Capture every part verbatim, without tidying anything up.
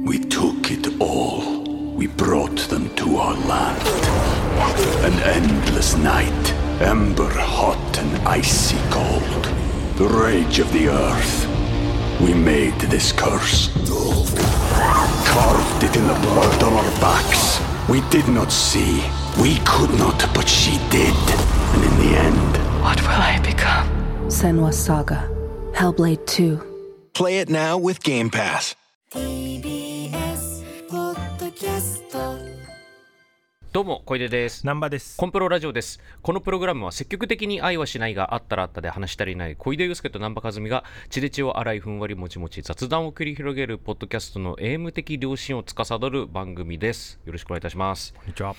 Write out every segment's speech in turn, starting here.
We took it all. We brought them to our land. An endless night, ember hot and icy cold. The rage of the earth. We made this curse. Carved it in the blood on our backs. We did not see. We could not, but she did. And in the end... What will I become? Senua Saga. Hellblade two. Play it now with Game Pass. ティービーエス ポッドキャスト。 どうも小出です。 南波です。 コンプロラジオです。このプログラムは積極的に愛はしないがあったらあったで話し足りない小出祐介と南波和美が血で血を洗いふんわりもちもち雑談を繰り広げるポッドキャストのエーム的良心を司る番組です。よろしくお願いいたします。 こんにちは。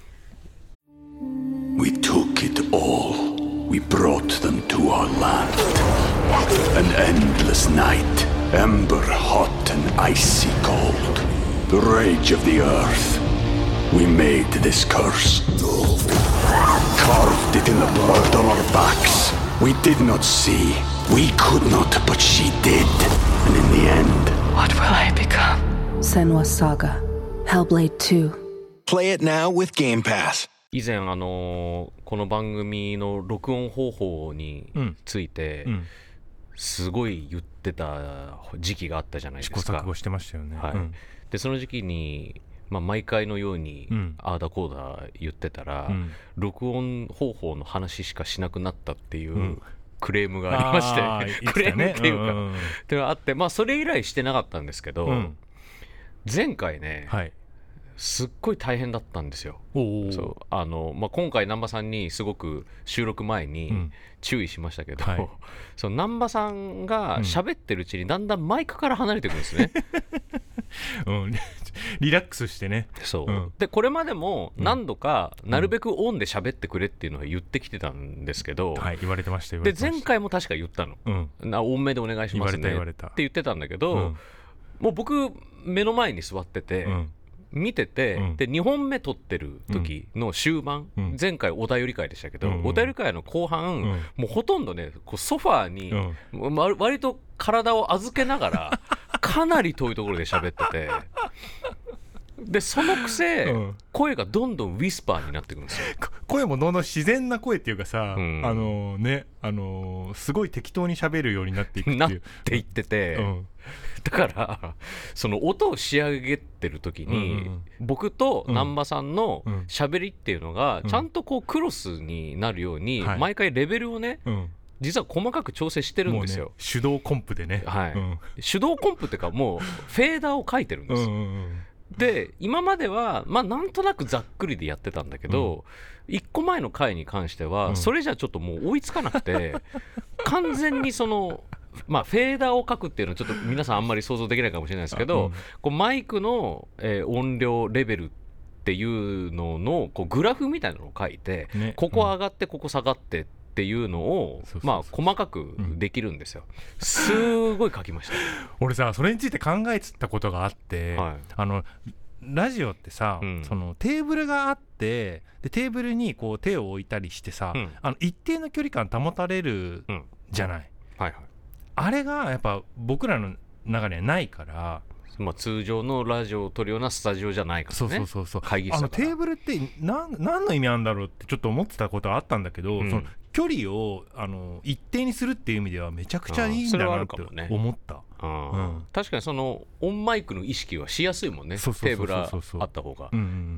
We took it all. We brought them to our land. An endless night, ember hot and icy cold. The rage of the earth. We made this curse. Carved it in the blood on our backs. We did not see. We could not, but she did. And in the end... What will I become? Senua Saga. Hellblade two. Play it now with Game Pass. 以前あのー、この番組の録音方法について、うんうん、すごい言ってた時期があったじゃないですか。 試行錯誤してましたよね、 はい、うん、でその時期に、まあ、毎回のように、うん、あーだこーだ言ってたら、うん、録音方法の話しかしなくなったっていう、うん、クレームがありまして、クレームっていうか、うんうんうん、っていうのがあって、まあ、それ以来してなかったんですけど、うん、前回ね、はい、すっごい大変だったんですよ。そうあの、まあ、今回南波さんにすごく収録前に注意しましたけど、うん、はい、その南波さんが喋ってるうちにだんだんマイクから離れていくんですね、 うん、リラックスしてね。 そう、うん、でこれまでも何度かなるべくオンで喋ってくれっていうのは言ってきてたんですけど、うん、 はい、言われてました。 で前回も確か言ったの、うん、な多めでお願いしますねって言ってたんだけど、うん、もう僕目の前に座ってて、うん、見てて、うん、でにほんめ撮ってる時の終盤、うん、前回お便り会でしたけど、うん、お便り会の後半、うん、もうほとんどねこうソファーに、うん、割と体を預けながらかなり遠いところで喋っててでそのくせ、うん、声がどんどんウィスパーになってくるんですよ。 声もどんどん自然な声っていうかさ、うん、あのね、あのー、すごい適当に喋るようになっていくっていうなっていってて、うん、だからその音を仕上げてる時に、うんうん、僕と南波さんの喋りっていうのがちゃんとこうクロスになるように、うん、毎回レベルをね、うん、実は細かく調整してるんですよ。 もうね、手動コンプでね、はい、うん、 手動コンプっていうかもうフェーダーを書いてるんですよ、うんうんうん、で今まではまあなんとなくざっくりでやってたんだけど、うん、いっこまえの回に関してはそれじゃちょっともう追いつかなくて、うん、完全にそのまあフェーダーを書くっていうのはちょっと皆さんあんまり想像できないかもしれないですけど、うん、こうマイクの、えー、音量レベルっていうののこうグラフみたいなのを書いて、ね、ここ上がってここ下がってっていうのを、うん、まあ細かくできるんですよ、うん、すごい書きました俺さそれについて考えてたことがあって、はい、あのラジオってさ、うん、そのテーブルがあってでテーブルにこう手を置いたりしてさ、うん、あの一定の距離感保たれるじゃない、うん、はいはい、あれがやっぱ僕らの中にはないから、 まあ、通常のラジオを撮るようなスタジオじゃないからね。 そうそうそうそう、 会議室だからあのテーブルって何何の意味あるんだろうってちょっと思ってたことはあったんだけど、うん、その距離をあの一定にするっていう意味ではめちゃくちゃいいんだなって思った。 うん、確かにそのオンマイクの意識はしやすいもんね。テーブルあった方が、うんうん、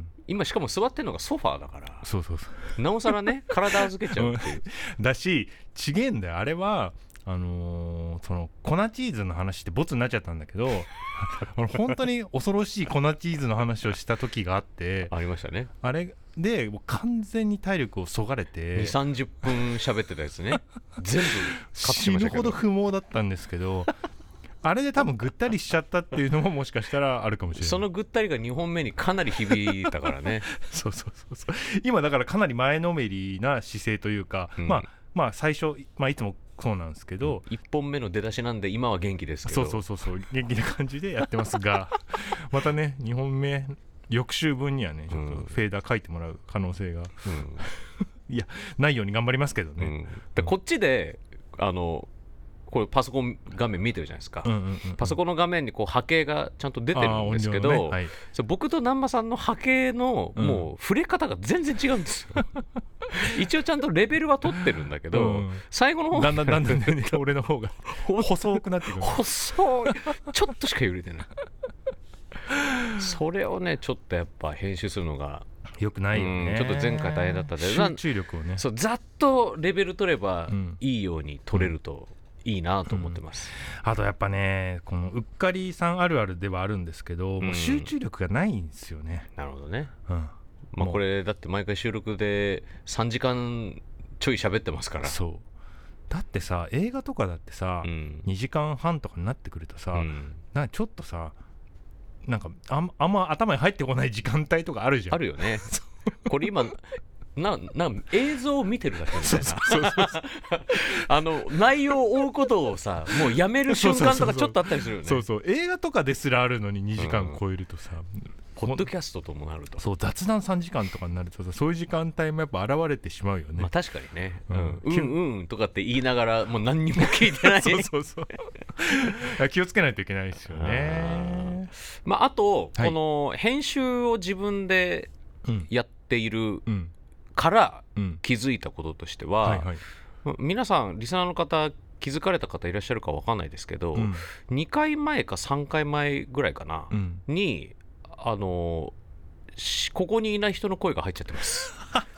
今しかも座ってるのがソファーだから、 そうそうそうなおさらね体預けちゃうっていうだしちげえんだよあれは。あのー、その粉チーズの話ってボツになっちゃったんだけど本当に恐ろしい粉チーズの話をした時があってありましたね。 あれでもう完全に体力をそがれて にじゅうさんじゅっぷん喋ってたやつね全部カットしましたけど死ぬほど不毛だったんですけどあれで多分ぐったりしちゃったっていうのももしかしたらあるかもしれない。 そのぐったりがにほんめにかなり響いたからねそうそうそうそう、今だからかなり前のめりな姿勢というか、うん、まあまあ最初、まあ、いつもそうなんですけどいっぽんめの出だしなんで今は元気ですけど、 そうそうそうそう元気な感じでやってますがまたねにほんめ翌週分にはねちょっとフェーダー書いてもらう可能性が、うん、いやないように頑張りますけどね、うん、 でこっちであのこれパソコン画面見てるじゃないですか、 うんうんうんうん、 パソコンの画面にこう波形がちゃんと出てるんですけど、ねはい、僕と南波さんの波形のもう触れ方が全然違うんですよ、うん、一応ちゃんとレベルは取ってるんだけど、うん、最後の方だんだんだんだん俺の方が細くなってくる細いちょっとしか揺れてないそれをねちょっとやっぱ編集するのがよくないよね、 うん、ちょっと前回大変だったんで集中力をねそうざっとレベル取ればいいように取れるといいなと思ってます、 うん、あとやっぱねこのうっかりさんあるあるではあるんですけど、うん、もう集中力がないんですよね。 なるほどね、うんまあ、これだって毎回収録でさんじかんちょい喋ってますから。 そうだってさ映画とかだってさ、うん、にじかんはんとかになってくるとさ、うん、なんかちょっとさなんか あ, あんま頭に入ってこない時間帯とかあるじゃん。 あるよねこれ今なな映像を見てるだけみたいなあの内容を追うことをさもうやめる瞬間とかちょっとあったりするよね。 そうそう映画とかですらあるのににじかん超えるとさ、うん、 ポッドキャストともなるとそう雑談さんじかんとかになるとさそういう時間帯もやっぱ現れてしまうよね。 まあ確かにね、うん、うんうんうんとかって言いながらもう何にも聞いてないそうそうそう気をつけないといけないですよね。 あ,、まあ、あと、はい、この編集を自分でやっているから気づいたこととしては、うんはいはい、皆さんリスナーの方気づかれた方いらっしゃるか分かんないですけど、うん、にかいまえかさんかいまえぐらいかな、うん、にあのここにいない人の声が入っちゃってます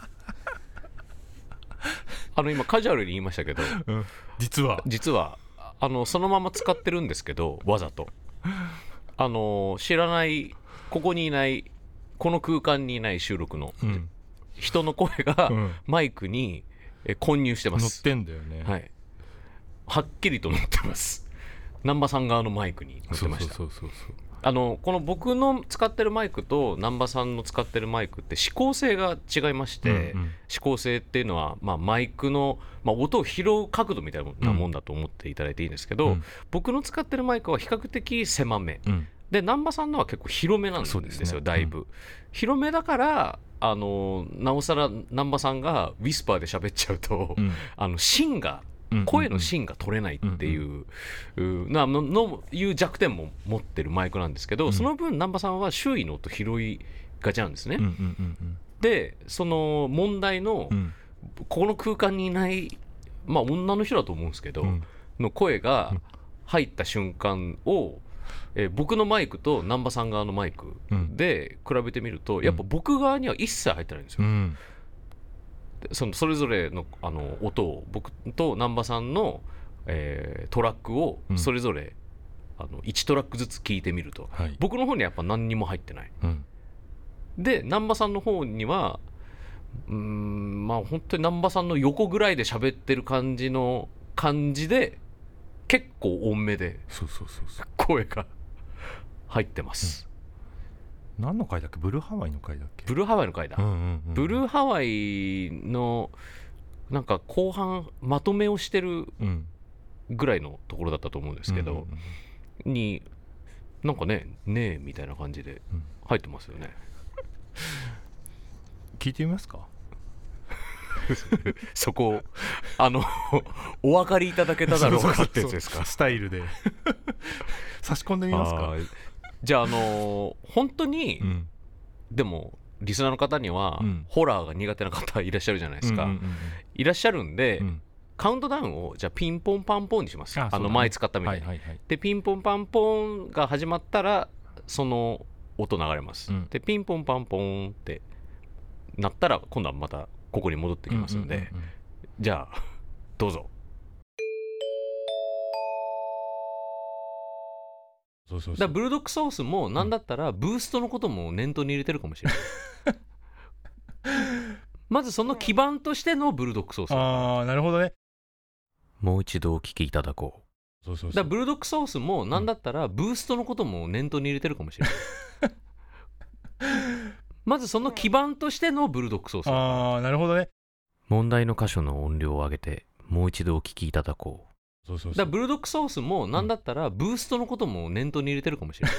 あの今カジュアルに言いましたけど、うん、 実は実はあのそのまま使ってるんですけどわざとあの知らないここにいないこの空間にいない収録の、うん、人の声がマイクに混入してます。 乗ってんだよね、 はい、はっきりと乗ってます。南波さん側のマイクに乗ってました。 そうそうそうそうあのこの僕の使ってるマイクと南波さんの使ってるマイクって指向性が違いまして、うんうん、指向性っていうのは、まあ、マイクの、まあ、音を拾う角度みたいなもんだと思っていただいていいんですけど、うん、僕の使ってるマイクは比較的狭め、うん、で南波さんのは結構広めなんですよ。そうですね、だいぶ、うん、広めだからあのなおさら南波さんがウィスパーで喋っちゃうと、うん、あの芯が声の芯が取れないっていう、うんうんうん、なののいう弱点も持ってるマイクなんですけど、うん、その分南波さんは周囲の音拾いがちなんですね、うんうんうんうん、でその問題の、うん、この空間にいない、まあ、女の人だと思うんですけど、うん、の声が入った瞬間を、えー、僕のマイクと南波さん側のマイクで比べてみると、うん、やっぱ僕側には一切入ってないんですよ、うんそのそれぞれ の, あの音を僕と南波さんの、えー、トラックをそれぞれ、うん、あのいちトラックずつ聞いてみると、はい、僕の方にはやっぱ何にも入ってない、うん、で南波さんの方にはうーんまあ本当に南波さんの横ぐらいで喋ってる感じの感じで結構多めで声が入ってます、うん何の回だっけブルーハワイの回だっけブルーハワイの回だ、 うんうんうんうん、 ブルーハワイのなんか後半まとめをしてるぐらいのところだったと思うんですけど、うんうんうん、になんかねねえみたいな感じで入ってますよね、 うん、聞いてみますかそこあのお分かりいただけただろうかってやつですか。 スタイルで差し込んでみますか。 じゃあ、あのー、本当に、うん、でもリスナーの方には、うん、ホラーが苦手な方いらっしゃるじゃないですか、うんうんうんうん、いらっしゃるんで、うん、カウントダウンをじゃあピンポンパンポンにします。 あ, あの前使ったみたいに、はいはいはい、でピンポンパンポンが始まったらその音流れます、うん、でピンポンパンポンってなったら今度はまたここに戻ってきますので、うんうんうんうん、じゃあどうぞ。 そうそうそう、 だからブルドックソースもなんだったらブーストのことも念頭に入れてるかもしれないまずその基盤としてのブルドックソース。 ああなるほどね。 もう一度お聞きいただこう。 そうそうそう、 だからブルドックソースもなんだったらブーストのことも念頭に入れてるかもしれないまずその基盤としてのブルドックソース。 ああなるほどね。 問題の箇所の音量を上げてもう一度お聞きいただこう。 そうそうそう、 だからブルドックソースもなんだったらブーストのことも念頭に入れてるかもしれ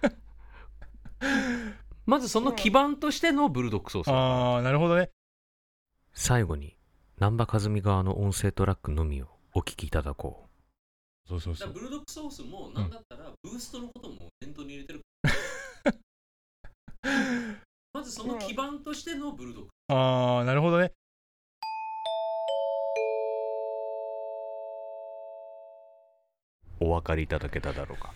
ないまずその基盤としてのブルドックソース。 ああなるほどね。 最後に難波和美側の音声トラックのみをお聞きいただこう。 そうそうそう。 ブルドックソースもなんだったらブーストのことも念頭に入れてるまずその基盤としてのブルドック。 ああ、なるほどね。 お分かりいただけただろうか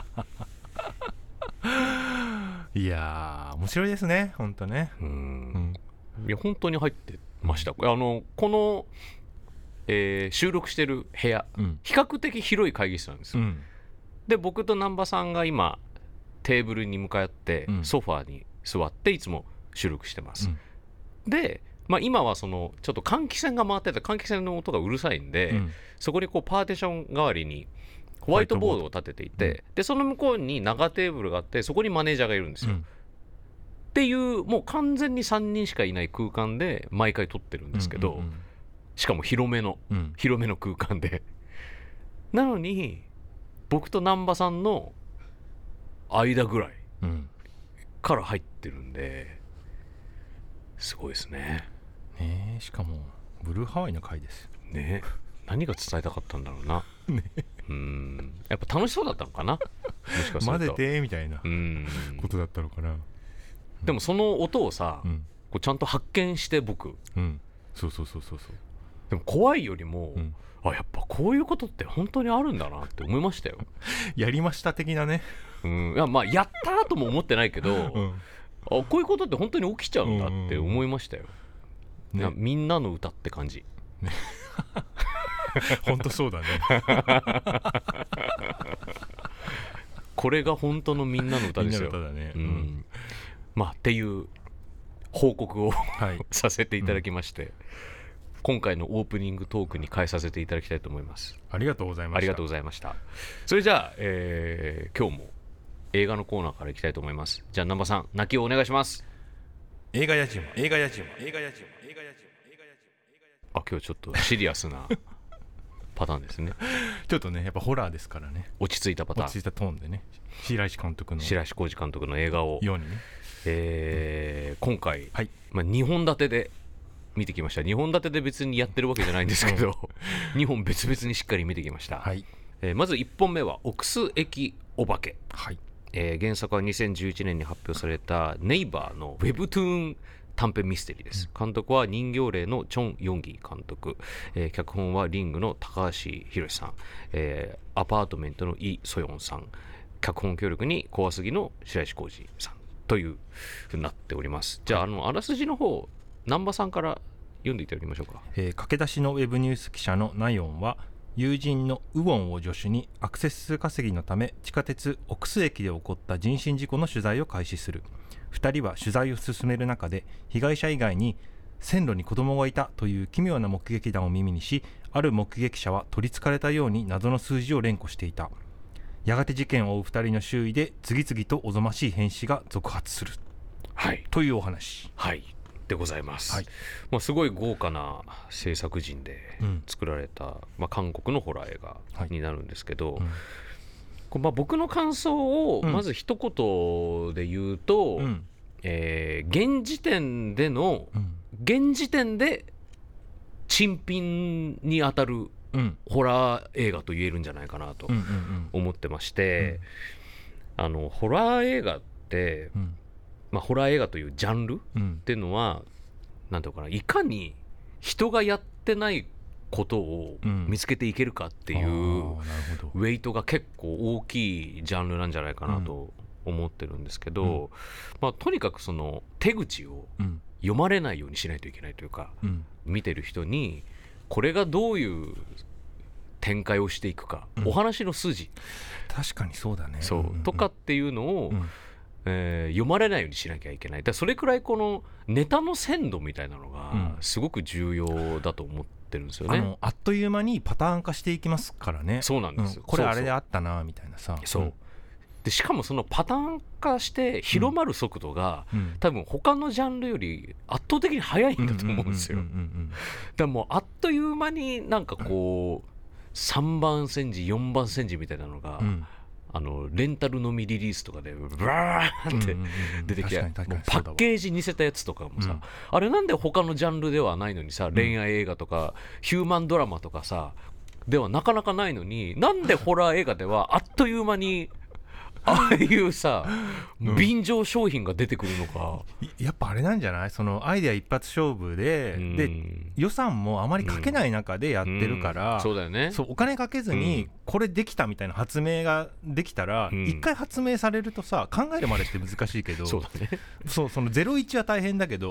いやー面白いですね、本当ね。 うん、うん、いや本当に入ってました。あのこの、えー、収録してる部屋、うん、比較的広い会議室なんですよ、うん、で僕と南波さんが今テーブルに向かって、うん、ソファーに座っていつも収録してます、うん、で、まあ、今はそのちょっと換気扇が回ってて換気扇の音がうるさいんで、うん、そこにこうパーティション代わりにホワイトボードを立てていて、うん、でその向こうに長テーブルがあってそこにマネージャーがいるんですよ、うん、っていうもう完全にさんにんしかいない空間で毎回撮ってるんですけど、うんうんうん、しかも広めの、うん、広めの空間でなのに僕と南波さんの間ぐらいから入ってるんですごいですね。 ねえ、しかもブルーハワイの回ですよね。何が伝えたかったんだろうなね、うーんやっぱ楽しそうだったのかなもしかすると混ぜてみたいなことだったのかな、うん、 でもその音をさ、うん、こうちゃんと発見して僕、 うん、そうそうそうそうそう。 でも怖いよりも、うん、あやっぱこういうことって本当にあるんだなって思いましたよやりました的なね、 うん、いやまあやったとも思ってないけど、うん、あこういうことって本当に起きちゃうんだって思いましたよ、うんうんね、みんなの歌って感じ、ね本当そうだねこれが本当のみんなの歌ですよ。みんなの歌だね、うんうん、まあっていう報告を、はい、させていただきまして、うん、今回のオープニングトークに変えさせていただきたいと思います。 ありがとうございました。 ありがとうございました。それじゃあ、えー、今日も映画のコーナーからいきたいと思います。じゃあ南波さん泣きをお願いします。 映画やじま映画やじま映画やじま映画やじま映画やじまあ今日ちょっとシリアスなパターンですねちょっとねやっぱホラーですからね。 落ち着いたパターン、 落ち着いたトーンでね、白石監督の白石浩二監督の映画をようにね、 えー、今回、 はい、 まあ、にほん立てで見てきました。にほん立てで別にやってるわけじゃないんですけどにほん別々にしっかり見てきました、 はい。 えー、まずいっぽんめはオクス駅お化け、 はい。 えー、原作はにせんじゅういちねんに発表されたネイバーのウェブトゥーン短編ミステリーです、うん、監督は人形霊のチョン・ヨンギ監督、えー、脚本はリングの高橋宏さん、えー、アパートメントのイ・ソヨンさん、脚本協力に怖すぎの白石浩二さんというふうになっております。じゃあ、はい、あのあらすじの方南波さんから読んでいただきましょうか。 えー、駆け出しのウェブニュース記者のナヨンは友人のウォンを助手にアクセス数稼ぎのため地下鉄オクス駅で起こった人身事故の取材を開始する。ふたりは取材を進める中で被害者以外に線路に子供がいたという奇妙な目撃談を耳にし、ある目撃者は取りつかれたように謎の数字を連呼していた。やがて事件を追うふたりの周囲で次々とおぞましい変死が続発する、 はい、 というお話、 はいでございます、 はい。 まあ、すごい豪華な制作陣で作られた、うんまあ、韓国のホラー映画になるんですけど、はいうんまあ、僕の感想をまず一言で言うと、うんえー、現時点での、うん、現時点で珍品に当たるホラー映画と言えるんじゃないかなと思ってまして、うんうんうん、あのホラー映画って、うんまあ、ホラー映画というジャンルっていうのは、うん、なんていうかな、いかに人がやってないことを見つけていけるかっていう、うん、ウェイトが結構大きいジャンルなんじゃないかなと思ってるんですけど、うんまあ、とにかくその手口を読まれないようにしないといけないというか、うん、見てる人にこれがどういう展開をしていくか、うん、お話の筋確かにそうだねそう、うんうん、とかっていうのを、うんえー、読まれないようにしなきゃいけない。だからそれくらいこのネタの鮮度みたいなのがすごく重要だと思ってるんですよね、 うん、あのあっという間にパターン化していきますからね。 そうなんですよ、 うん、これあれであったなみたいなさ。 そう、うん、でしかもそのパターン化して広まる速度が、うん、多分他のジャンルより圧倒的に速いんだと思うんですよ。だからもうあっという間になんかこうさんばん煎じよんばん煎じみたいなのが、うんあのレンタルのみリリースとかでブラーって出てきて、パッケージ似せたやつとかもさ、うん、あれなんで他のジャンルではないのにさ、恋愛映画とかヒューマンドラマとかさではなかなかないのに、なんでホラー映画ではあっという間にああいうさ、うん、便乗商品が出てくるのか。 やっぱあれなんじゃない、そのアイデア一発勝負で、うん、で予算もあまりかけない中でやってるから、 うんうん、そうだよね。 そうお金かけずにこれできたみたいな発明ができたら、うん、一回発明されるとさ考えるまでって難しいけどそうだね。 そうそのゼロイチは大変だけど、うん、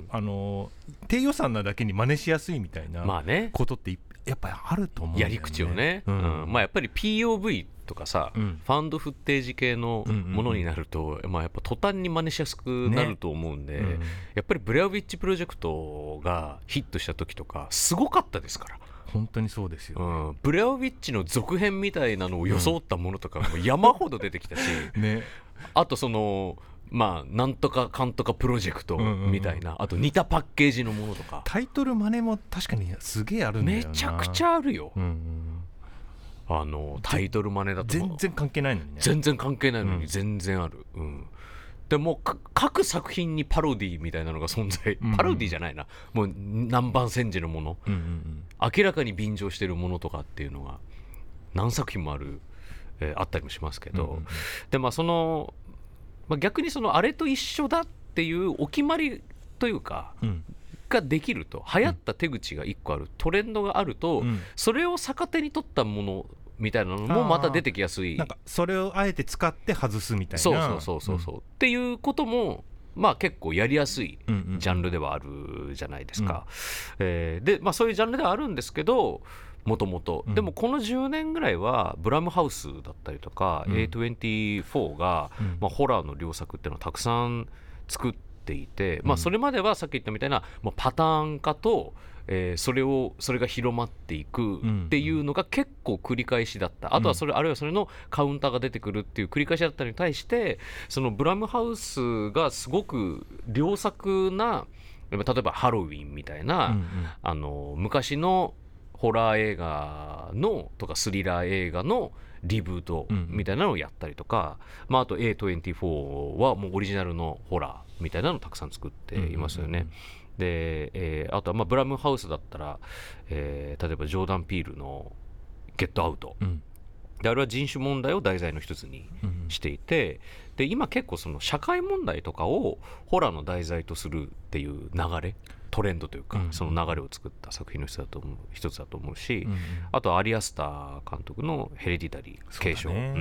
あの低予算なだけに真似しやすいみたいなことってやっぱりあると思うんだよね。 やり口をね、うんうん、まあやっぱり ピーオーブイとかさ、うん、ファンドフッテージ系のものになると、うんうん、まあ、やっぱ途端に真似しやすくなると思うんで、ね、うん、やっぱりブレアウィッチプロジェクトがヒットした時とかすごかったですから。 本当にそうですよ、ね、 うん、ブレアウィッチの続編みたいなのを装ったものとかも山ほど出てきたし、ね、あとそのまあなんとかかんとかプロジェクトみたいな、うんうんうん、あと似たパッケージのものとかタイトル真似も確かにすげえあるんだよな。 めちゃくちゃあるよ、 うんうん、 あのタイトル真似だと全然関係ないのにね。 全然関係ないのに全然ある、うん、でも各作品にパロディみたいなのが存在、うんうん、パロディじゃないな、もう南蛮戦時のもの、うんうんうん、明らかに便乗してるものとかっていうのが何作品もある、えー、あったりもしますけど、うんうんうん、でまあその、まあ、逆にそのあれと一緒だっていうお決まりというか、うん、ができると、流行った手口がいっこある、トレンドがあると、うん、それを逆手に取ったものみたいなのもまた出てきやすい。 なんかそれをあえて使って外すみたいな、 そうそうそうそうそう、うん、っていうこともまあ結構やりやすいジャンルではあるじゃないですか、うん、えー、でまあそういうジャンルではあるんですけど、もともとでもこのじゅうねんぐらいはブラムハウスだったりとか、うん、エーにじゅうよん が、うん、まあ、ホラーの良作っていうのをたくさん作っていて、うん、まあ、それまではさっき言ったみたいな、まあ、パターン化と、えー、それをそれが広まっていくっていうのが結構繰り返しだった、うん、あとはそれ、あるいはそれのカウンターが出てくるっていう繰り返しだったのに対して、そのブラムハウスがすごく良作な、例えばハロウィンみたいな、うんうん、あの昔のホラー映画のとかスリラー映画のリブートみたいなのをやったりとか、うん、まあ、あと エーにじゅうよん はもうオリジナルのホラーみたいなのをたくさん作っていますよね、うんうんうん、で、えー、あとはまあブラムハウスだったら、えー、例えばジョーダン・ピールのゲットアウト、うん、であれは人種問題を題材の一つにしていて、うん、で今結構その社会問題とかをホラーの題材とするっていう流れ、トレンドというか、うん、その流れを作った作品の一つだと思う、一つだと思うし、うんうん、あとアリアスター監督のヘレディタリー継承、うんうん、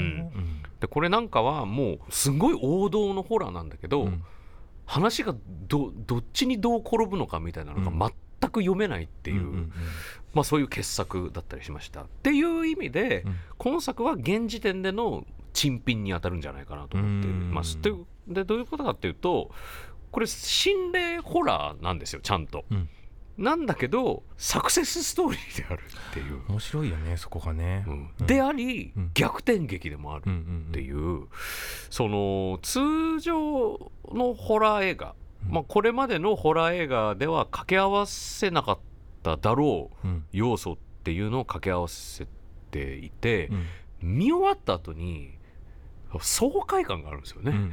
でこれなんかはもうすごい王道のホラーなんだけど、うん、話が ど, どっちにどう転ぶのかみたいなのが全く読めないっていう、うんうんうん、まあ、そういう傑作だったりしましたっていう意味で、うん、今作は現時点での珍品に当たるんじゃないかなと思っています。で, でどういうことかっていうと、これ心霊ホラーなんですよちゃんと、うん、なんだけどサクセスストーリーであるっていう、 面白いよねそこがね、 うんうん、であり、うん、逆転劇でもあるっていう、うんうんうん、その通常のホラー映画、うん、まあ、これまでのホラー映画では掛け合わせなかっただろう要素っていうのを掛け合わせていて、うん、見終わった後に爽快感があるんですよね、うんうんうんうん、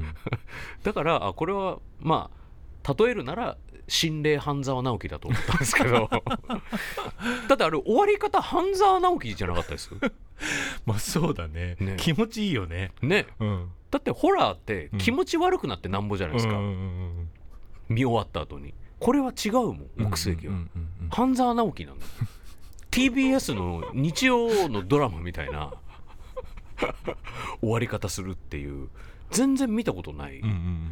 だからあこれはまあ例えるなら心霊半沢直樹だと思ったんですけどだってあれ終わり方半沢直樹じゃなかったですまあそうだ ね, ね気持ちいいよねね、うん、だってホラーって気持ち悪くなってなんぼじゃないですか、うんうんうん、見終わった後に。これは違うもん、奥世紀は、うんうんうんうん、半沢直樹なんだティービーエス の日曜のドラマみたいな終わり方するっていう、全然見たことない、うんうん、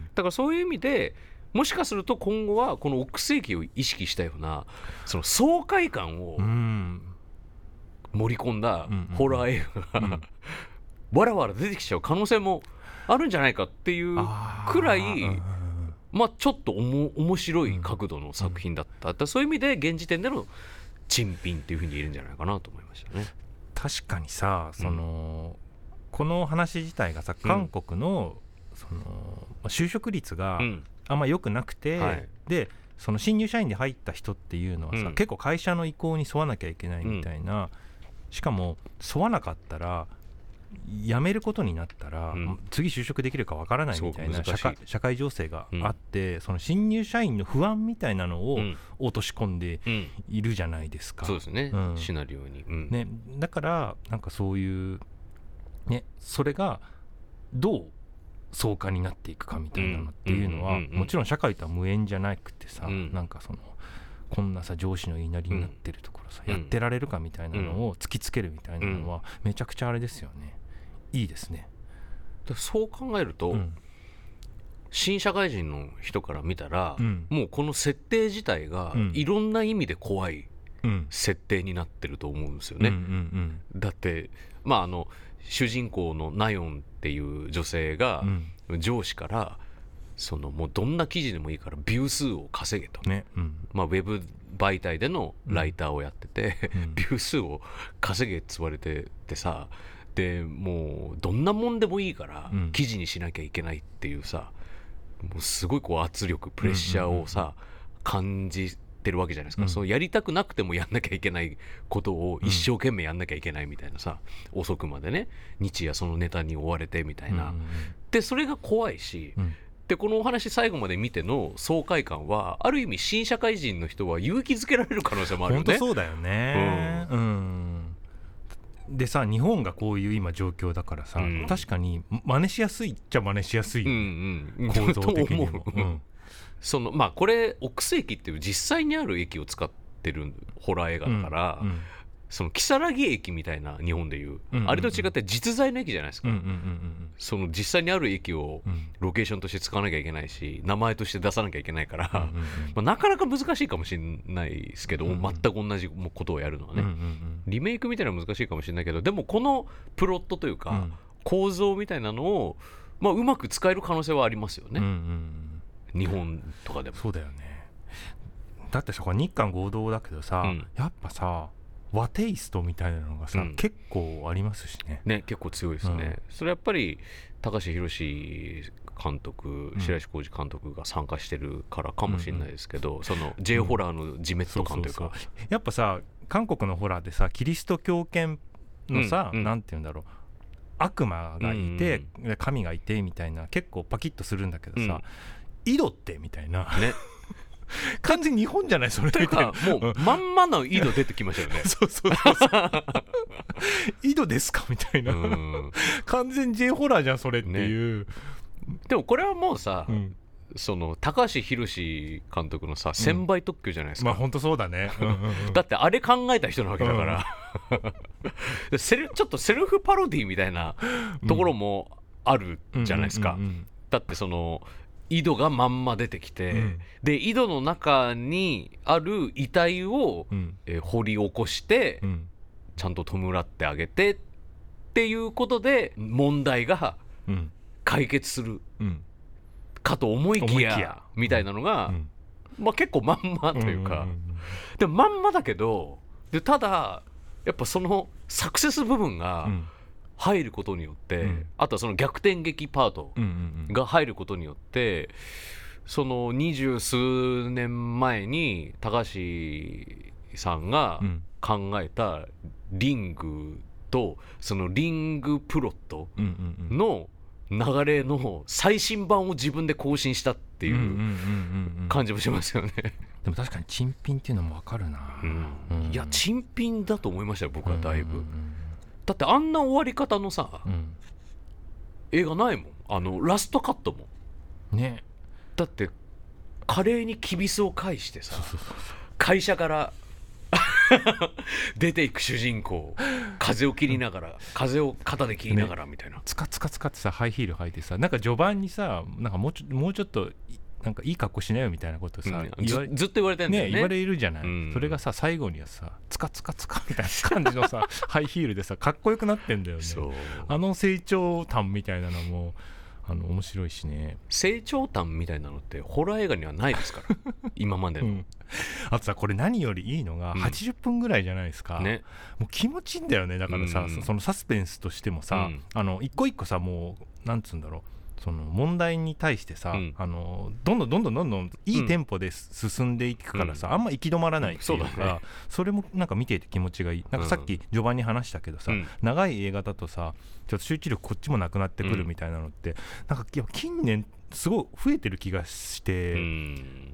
だからそういう意味でもしかすると今後はこの奥世紀を意識したようなその爽快感を盛り込んだホラー映画が、うんうん、わらわら出てきちゃう可能性もあるんじゃないかっていうくらい、まあちょっとおも面白い角度の作品だった、うん、だそういう意味で現時点での珍品っていうふうに言えるんじゃないかなと思いましたね。 確かにさ、その、うん、この話自体がさ韓国の、うん、その就職率があんま良くなくて、うん、はい、でその新入社員で入った人っていうのはさ、うん、結構会社の意向に沿わなきゃいけないみたいな、うん、しかも沿わなかったら辞めることになったら、うん、次就職できるかわからないみたいな社会、社会情勢があって、うん、その新入社員の不安みたいなのを落とし込んでいるじゃないですか、 うんうん、そうですね、うん、シナリオに、うんね、だからなんかそういう、ね、それがどう相関になっていくかみたいなのっていうのは、うんうんうんうん、もちろん社会とは無縁じゃなくてさ、うん、なんかそのこんなさ上司の言いなりになってるところさ、うん、やってられるかみたいなのを突きつけるみたいなのはめちゃくちゃあれですよね。いいですね。 そう考えると、うん、新社会人の人から見たら、うん、もうこの設定自体がいろんな意味で怖い設定になってると思うんですよね、うんうんうん、だってまああの主人公のナヨンっていう女性が上司からそのもうどんな記事でもいいからビュー数を稼げと、ねうんまあ、ウェブ媒体でのライターをやってて、うん、ビュー数を稼げって言われててさ、でもうどんなもんでもいいから記事にしなきゃいけないっていうさ、もうすごいこう圧力プレッシャーをさ、うんうんうん、感じてるわけじゃないですか、うん、そうやりたくなくてもやんなきゃいけないことを一生懸命やんなきゃいけないみたいなさ、うん、遅くまでね日夜そのネタに追われてみたいな、うんうんうん、でそれが怖いし、うん、でこのお話最後まで見ての爽快感はある意味新社会人の人は勇気づけられる可能性もあるよね。 本当そうだよね、うんうんでさ、日本がこういう今状況だからさ、うん、確かに真似しやすいっちゃ真似しやすい、うんうん、構造的にも、うん、 そのまあこれオックス駅っていう実際にある駅を使ってるホラー映画だから、うんうん、その如月駅みたいな日本でいう、うんうんうん、あれと違って実在の駅じゃないですか、うんうんうんうん、その実際にある駅をロケーションとして使わなきゃいけないし名前として出さなきゃいけないから、うんうんうんまあ、なかなか難しいかもしれないですけど、うんうん、全く同じことをやるのはね、うんうんうん、リメイクみたいなのは難しいかもしれないけど、でもこのプロットというか、うん、構造みたいなのを、まあ、うまく使える可能性はありますよね、うんうん、日本とかでも。 そうだよね。だってさ日韓合同だけどさ、うん、やっぱさ和テイストみたいなのがさ、うん、結構ありますし ね, ね結構強いですね、うん、それやっぱり高橋宏監督、白石浩二監督が参加してるからかもしれないですけど、うんうん、その J ホラーの自滅感というか、うん、そうそうそうやっぱさ韓国のホラーでさキリスト教圏のさ、うんうん、なんていうんだろう悪魔がいて、うんうん、神がいてみたいな結構パキッとするんだけどさ、うん、井戸ってみたいな、ね完全に日本じゃないそれみたいな、 もうまんまの井戸出てきましたよねそうそうそうそう井戸ですかみたいなうん完全 J ホラーじゃんそれっていう、 ね、でもこれはもうさ、うん、その高橋宏監督のさ専売特許じゃないですか、 うん、まあ本当そうだね、うんうんうん、 だってあれ考えた人なわけだから、うん、セルちょっとセルフパロディみたいなところもあるじゃないですか、うんうんうんうん、だってその井戸がまんま出てきて、うん、で井戸の中にある遺体を、うんえー、掘り起こして、うん、ちゃんと弔ってあげてっていうことで問題が解決するかと思いきや、うん、みたいなのが、うんまあ、結構まんまというか、うんうんうん、でもまんまだけどでただやっぱそのサクセス部分が、うん入ることによって、うん、あとはその逆転劇パートが入ることによって、うんうんうん、その二十数年前に高橋さんが考えたリングとそのリングプロットの流れの最新版を自分で更新したっていう感じもしますよね。 でも確かに珍品っていうのも分かるな、うんうん、いや珍品だと思いましたよ僕はだいぶ、うんうんうんだってあんな終わり方のさ、うん、映画ないもんあのラストカットもねだって華麗にきびすを返してさ会社から出ていく主人公風を切りながら風を肩で切りながらみたいな、ね、 つかつかつかってさハイヒール履いてさなんか序盤にさなんかもうちょ、もうちょっとなんかいい格好しなよみたいなことさ、 うん、ず, ずっと言われてるんだよね、 ね言われるじゃない、うん、それがさ最後にはさつかつかつかみたいな感じのさハイヒールでさかっこよくなってんだよね。そうあの成長感みたいなのもあの面白いしね。 成長感みたいなのってホラー映画にはないですから今までの、うん、 あとさこれ何よりいいのがはちじゅっぷんぐらいじゃないですか、うんね、もう気持ちいいんだよねだからさ、うん、そのサスペンスとしてもさ、うん、あの一個一個さもうなんつうんだろうその問題に対してさ、うん、あのどんどんどんどんどんどんいいテンポで進んでいくからさ、うん、あんま行き止まらないっていうか、うん そ, うだね、それもなんか見ていて気持ちがいい。なんかさっき序盤に話したけどさ、うん、長い映画だとさちょっと集中力こっちもなくなってくるみたいなのって、うん、なんかいや近年すごい増えてる気がして、うん、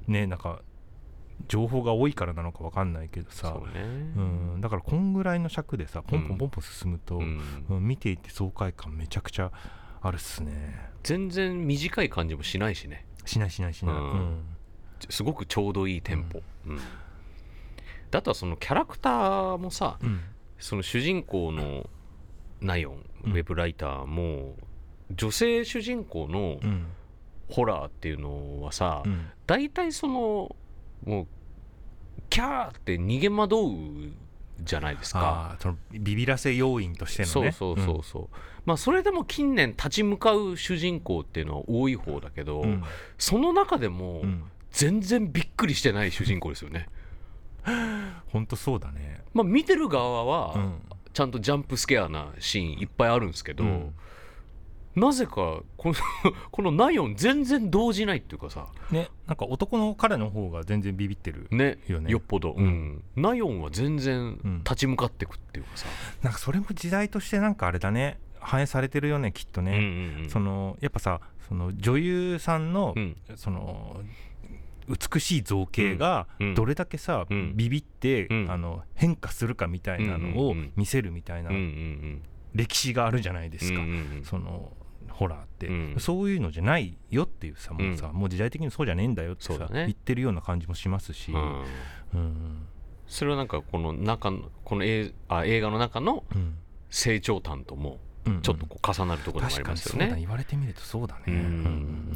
ね、なんか情報が多いからなのか分かんないけどさ、そうね、うん、だからこんぐらいの尺でさポンポンポンポン進むと、うんうん、見ていて爽快感めちゃくちゃあるっすね。全然短い感じもしないしね。 しないしないしない、うんうん、 すごくちょうどいいテンポ、うんうん、あとはそのキャラクターもさ、うん、その主人公のナヨン、うん、ウェブライターも女性主人公のホラーっていうのはさ、うん、大体そのもうキャーって逃げ惑うじゃないですか。 あ、そのビビらせ要因としてのね。 そうそうそうそう、うん、まあそれでも近年立ち向かう主人公っていうのは多い方だけど、うん、その中でも全然びっくりしてない主人公ですよね。 ほんとそうだね。 まあ見てる側はちゃんとジャンプスケアなシーンいっぱいあるんですけど、うん、なぜかこのこのナヨン全然動じないっていうかさ、 ね、なんか男の彼の方が全然ビビってるよね、 ね、よっぽど、うん、ナヨンは全然立ち向かってくっていうかさ、 うん、なんかそれも時代としてなんかあれだね、反映されてるよねきっとね、うんうんうん、そのやっぱさその女優さんの、うん、その美しい造形がどれだけさ、うん、ビビって、うん、あの変化するかみたいなのを見せるみたいな歴史があるじゃないですか、うんうんうん、そのホラーって、うん、そういうのじゃないよっていうさ、もうさ、うん、もう時代的にそうじゃねえんだよってさ、ね、言ってるような感じもしますし、うんうん、それはなんかこの中のこの映あ映画の中の成長譚ともちょっとこう重なるところでもありますよね、うんうん、確かにそうだ、 言われてみるとそうだね、うんうん、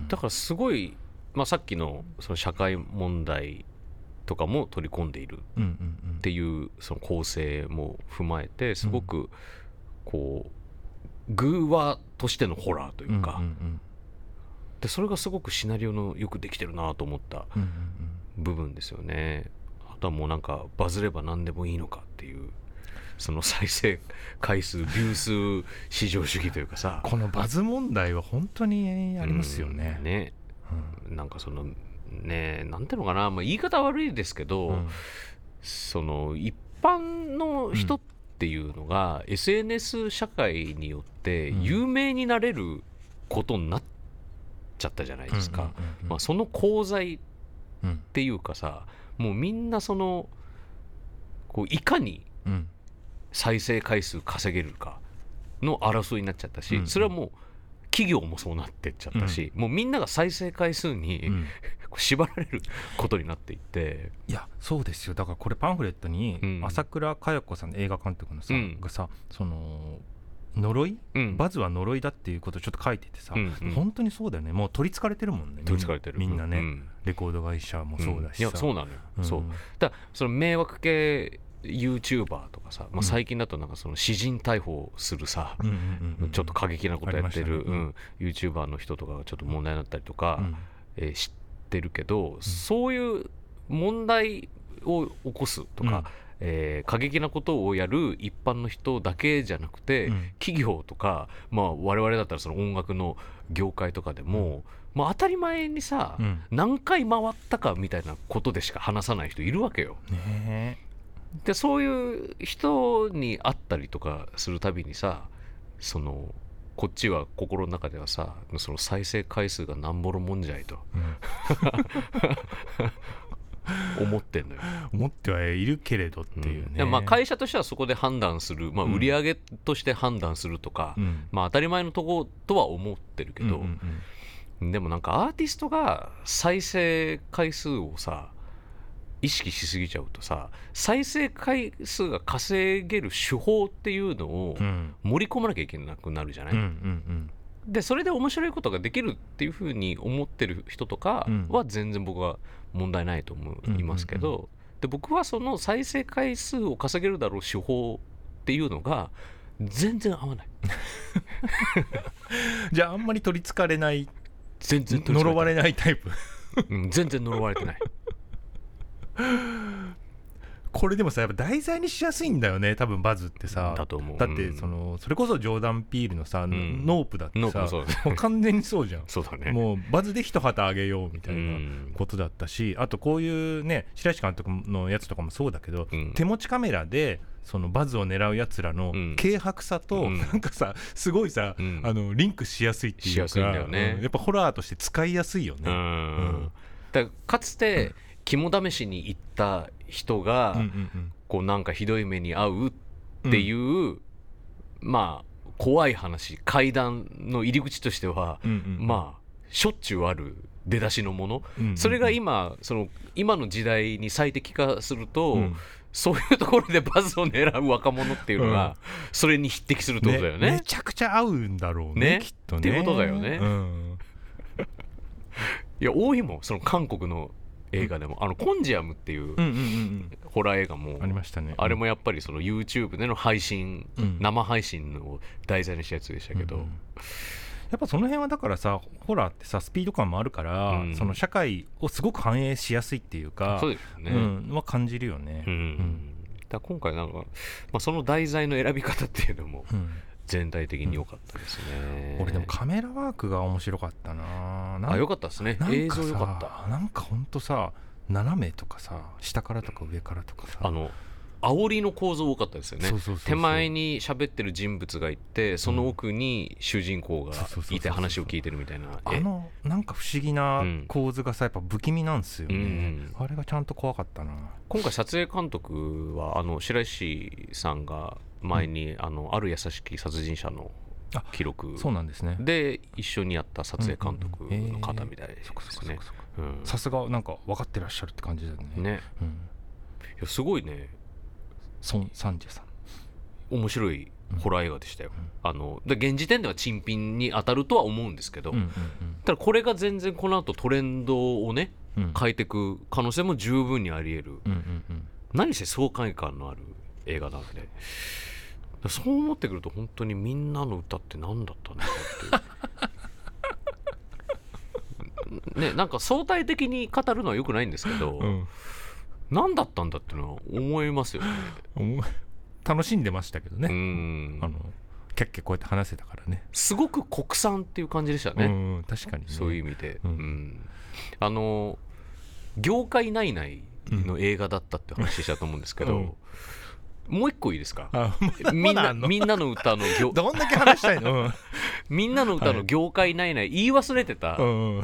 だからすごい、まあ、さっき の, その社会問題とかも取り込んでいるっていうその構成も踏まえてすごくこう偶話としてのホラーというか、うんうんうん、でそれがすごくシナリオのよくできてるなと思った部分ですよね、うんうんうん、あとはもうなんかバズれば何でもいいのかっていうその再生回数ビュー数至上主義というかさ、 このバズ問題は本当にありますよね、 うん、ね、うん、なんかそのね、なんていうのかな、まあ、言い方悪いですけど、うん、その一般の人ってっていうのが エスエヌエス 社会によって有名になれることになっちゃったじゃないですか、まあ、その功罪っていうかさ、もうみんなそのこういかに再生回数稼げるかの争いになっちゃったし、それはもう企業もそうなってっちゃったし、もうみんなが再生回数に縛られることになっていって、 いやそうですよ。だからこれパンフレットに、うん、朝倉佳代子さん、映画監督のさ、うん、がさその呪い、うん、バズは呪いだっていうことをちょっと書いててさ、うんうん、本当にそうだよね。もう取りつかれてるもんね、 取りつかれてるみんなね、 うん、 レコード会社もそうだしさ、 うん、いやそうなのよ、うん、そうだからその迷惑系YouTuber とかさ、まあ、最近だとなんかその私人逮捕するさ、うんうんうん、ちょっと過激なことやってる、ね、うん、YouTuber の人とかがちょっと問題になったりとか、うんえー、知ってるけど、うん、そういう問題を起こすとか、うんえー、過激なことをやる一般の人だけじゃなくて、うん、企業とか、まあ、我々だったらその音楽の業界とかでも、うんまあ、当たり前にさ、うん、何回回ったかみたいなことでしか話さない人いるわけよ、ね、でそういう人に会ったりとかするたびにさ、そのこっちは心の中ではさ、その再生回数がなんぼのもんじゃいと、うん、思ってんのよ。 思ってはいるけれどっていうね、 うん、まあ会社としてはそこで判断する、まあ、売り上げとして判断するとか、うんまあ、当たり前のとことは思ってるけど、うんうんうん、でもなんかアーティストが再生回数をさ意識しすぎちゃうとさ、再生回数が稼げる手法っていうのを盛り込まなきゃいけなくなるじゃない、うんうんうんうん、でそれで面白いことができるっていうふうに思ってる人とかは全然僕は問題ないと思いますけど、うんうんうん、で僕はその再生回数を稼げるだろう手法っていうのが全然合わないじゃああんまり取りつかれない、 全然取りつかれない、 呪われないタイプ、 うん、全然呪われてないこれでもさやっぱ題材にしやすいんだよね多分バズってさ。 だと思う。 だってそのそれこそジョーダン・ピールのさ、うん、ノープだってさそう、ね、 もう完全にそうじゃん。 そうだね。 もうバズで一旗あげようみたいなことだったし、あとこういうね白石監督のやつとかもそうだけど、うん、手持ちカメラでそのバズを狙うやつらの軽薄さと、うん、なんかさすごいさ、うん、あのリンクしやすいっていうか、 しやすいんだよね、 うん、やっぱホラーとして使いやすいよね。うん、うん、 だかつて肝試しに行った人が、うんうんうん、こうなんかひどい目に遭うっていう、うん、まあ怖い話怪談の入り口としては、うんうんうん、まあしょっちゅうある出だしのもの、うんうんうん、それが今その今の時代に最適化すると、うん、そういうところでバズを狙う若者っていうのが、うん、それに匹敵するってことだよね。 めちゃくちゃ合うんだろう ね, ねきっとねっていうことだよね、うん、いや多いもんその韓国の映画でも、うん、あのコンジアムっていうホラー映画もありましたね。 あれもやっぱりその YouTube での配信、うん、生配信を題材にしたやつでしたけど、うんうん、 やっぱその辺はだからさホラーってさスピード感もあるから、うん、その社会をすごく反映しやすいっていうかそうですよね、 うん、は感じるよね、うんうん、 だから今回なんか、まあ、その題材の選び方っていうのも、うん全体的に良かったですね、 うん、俺でもカメラワークが面白かったな。 あ良かったですね。映像良かった。 なんかほんとさ斜めとかさ下からとか上からとかさあの煽りの構造多かったですよね。そうそうそうそう手前に喋ってる人物がいてその奥に主人公がいて話を聞いてるみたいな、 あのなんか不思議な構図がさやっぱ不気味なんですよね、うん、あれがちゃんと怖かったな。 今回撮影監督はあの白石さんが前に、うん、あのある優しき殺人者の記録そうなんですねで一緒にやった撮影監督の方みたいですね。 さすがなんか分かってらっしゃるって感じだよね。 ね、うん、いやすごいね。 ソン・サンジェさん面白いホラー映画でしたよ、うん、あので現時点では珍品に当たるとは思うんですけど、うんうんうん、ただこれが全然この後トレンドをね、うん、変えていく可能性も十分にあり得る、うんうんうん、何せ爽快感のある映画なのでそう思ってくると本当にみんなの歌って何だったんだろうってね、なんか相対的に語るのはよくないんですけど、うん何だったんだってのは思いますよね。 楽しんでましたけどね。うんあのキャッキャこうやって話せたからね。 すごく国産っていう感じでしたね。 うん確かに、ね、 そういう意味で、うんうん、あの業界内内の映画だったって話したと思うんですけど、うん、もう一個いいですか。みんなみんなの歌の業どんだけ話したいのみんなの歌の業界内内言い忘れてた、はい、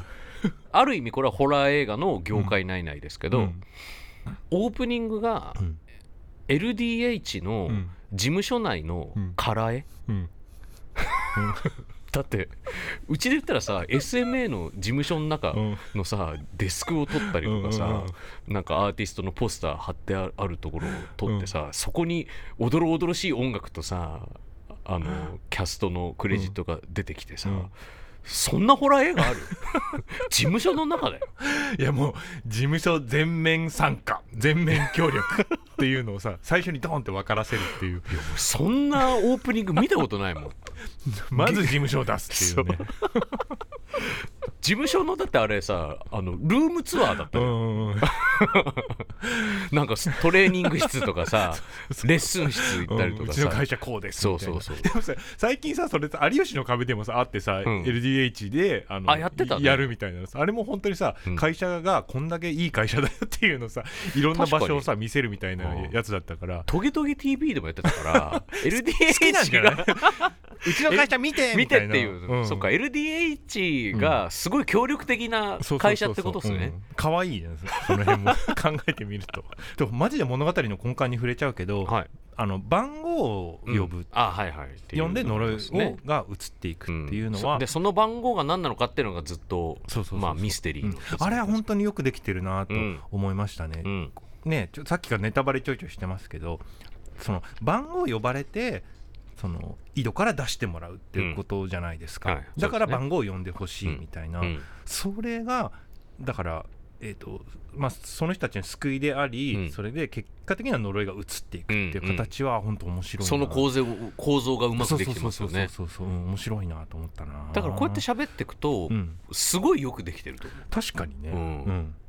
ある意味これはホラー映画の業界内内ですけど、うんうんオープニングが エルディーエイチ の事務所内のカラエ、うんうん、だってうちで言ったらさ エスエムエー の事務所の中のさデスクを取ったりとかさなんかアーティストのポスター貼ってあるところを取ってさそこにおどろおどろしい音楽とさあのキャストのクレジットが出てきてさ、うんそんなホラー映画ある事務所の中だよ。 いやもう事務所全面参加全面協力っていうのをさ最初にドーンって分からせるっていう。いやそんなオープニング見たことないもんまず事務所を出すっていうね事務所のだってあれさあのルームツアーだったよなんかトレーニング室とかさレッスン室行ったりとかさ、 うん、うちの会社こうですみたいな。そうそうそうでもさ最近さそれ有吉の壁でもさあってさ、うん、エルディーエイチ であのあやってた、ね、 やるみたいなさあれも本当にさ、うん、会社がこんだけいい会社だよっていうのさいろんな場所をさ見せるみたいなやつだったからトゲトゲ ティーブイ でもやってたからエルディーエイチ好きなんじゃないうちの会社見てみたいな見てっていう、うん、そっか エルディーエイチ がすごい協力的な会社ってことですね。 かわいいねその辺も考えてみるとでもマジで物語の根幹に触れちゃうけど、はい、あの番号を呼ぶ、うんあはいはい、呼んで呪いをが移っていくっていうのは、 うん、そ, でその番号が何なのかっていうのがずっとまあミステリー、 うん、あれは本当によくできてるなと思いましたね、うん、ねちょさっきからネタバレちょいちょいしてますけどその番号呼ばれてその井戸から出してもらうっていうことじゃないですか、うんはい、だから番号を呼んでほしいみたいな、うんうん、それがだからえーとまあ、その人たちの救いであり、うん、それで結果的には呪いが移っていくっていう形は本当面白いな、 その構造、構造がうまくできてますよね。 そうそうそうそうそう、うん、面白いなと思ったな。 だからこうやって喋っていくと、うん、すごいよくできてると思う。 確かにね、うんうん、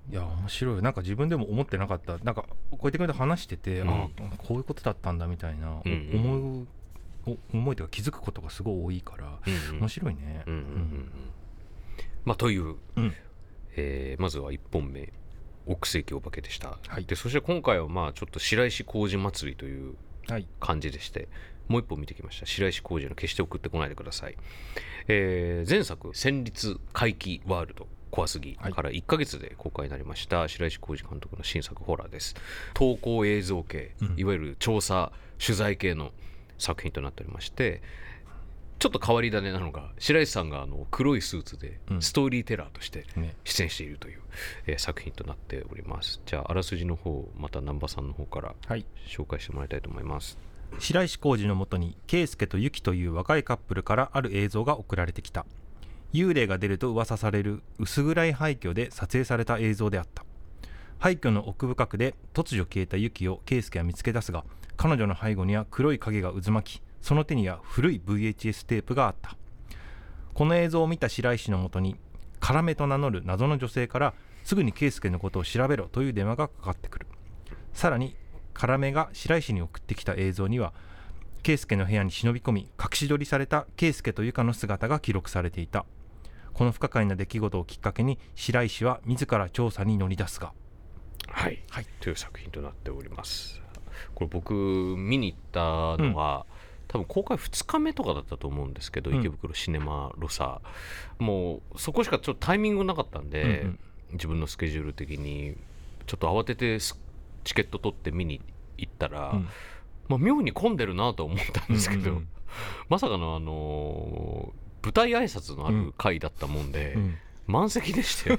いや面白い。なんか自分でも思ってなかった。なんか小池君と話してて、うん、あこういうことだったんだみたいな、うんうん、思う思いとか気づくことがすごい多いから、うんうん、面白いね。うんうんうんうん、 まあという、うんえー、まずはいっぽんめ奥世紀お化けでした、はい、でそして今回はまあちょっと白石浩二祭りという感じでして、はい、もう一本見てきました。白石浩二の決して送ってこないでください、えー、前作戦慄怪奇ワールド怖すぎからいっかげつで公開になりました、はい、白石浩二監督の新作ホラーです。投稿映像系、うん、いわゆる調査取材系の作品となっておりまして、ちょっと変わり種なのが白石さんがあの黒いスーツでストーリーテラーとして出演しているという、うんえー、作品となっております。じゃああらすじの方また南波さんの方から紹介してもらいたいと思います、 はい、白石浩二のもとに圭介とユキという若いカップルからある映像が送られてきた。幽霊が出ると噂される薄暗い廃墟で撮影された映像であった。廃墟の奥深くで突如消えたユキを圭介は見つけ出すが、彼女の背後には黒い影が渦巻き、その手には古い ブイエイチエス テープがあった。この映像を見た白石のもとにカラメと名乗る謎の女性からすぐに圭介のことを調べろという電話がかかってくる。さらにカラメが白石に送ってきた映像には圭介の部屋に忍び込み隠し撮りされた圭介とユカの姿が記録されていた。この不可解な出来事をきっかけに白石は自ら調査に乗り出すが、 はい、はい、という作品となっております。これ僕見に行ったのは、うん多分公開ふつかめとかだったと思うんですけど、うん、池袋シネマロサもうそこしかちょっとタイミングなかったんで、うんうん、自分のスケジュール的にちょっと慌ててチケット取って見に行ったら、うんまあ、妙に混んでるなと思ったんですけど、うんうん、まさかの、あのー、舞台挨拶のある回だったもんで、うんうん、満席でして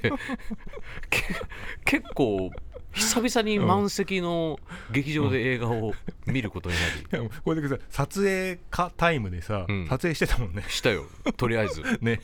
結構久々に満席の劇場で映画を見ることになり、うん、 これでさ撮影かタイムでさ、うん、撮影してたもんね。 したよとりあえずね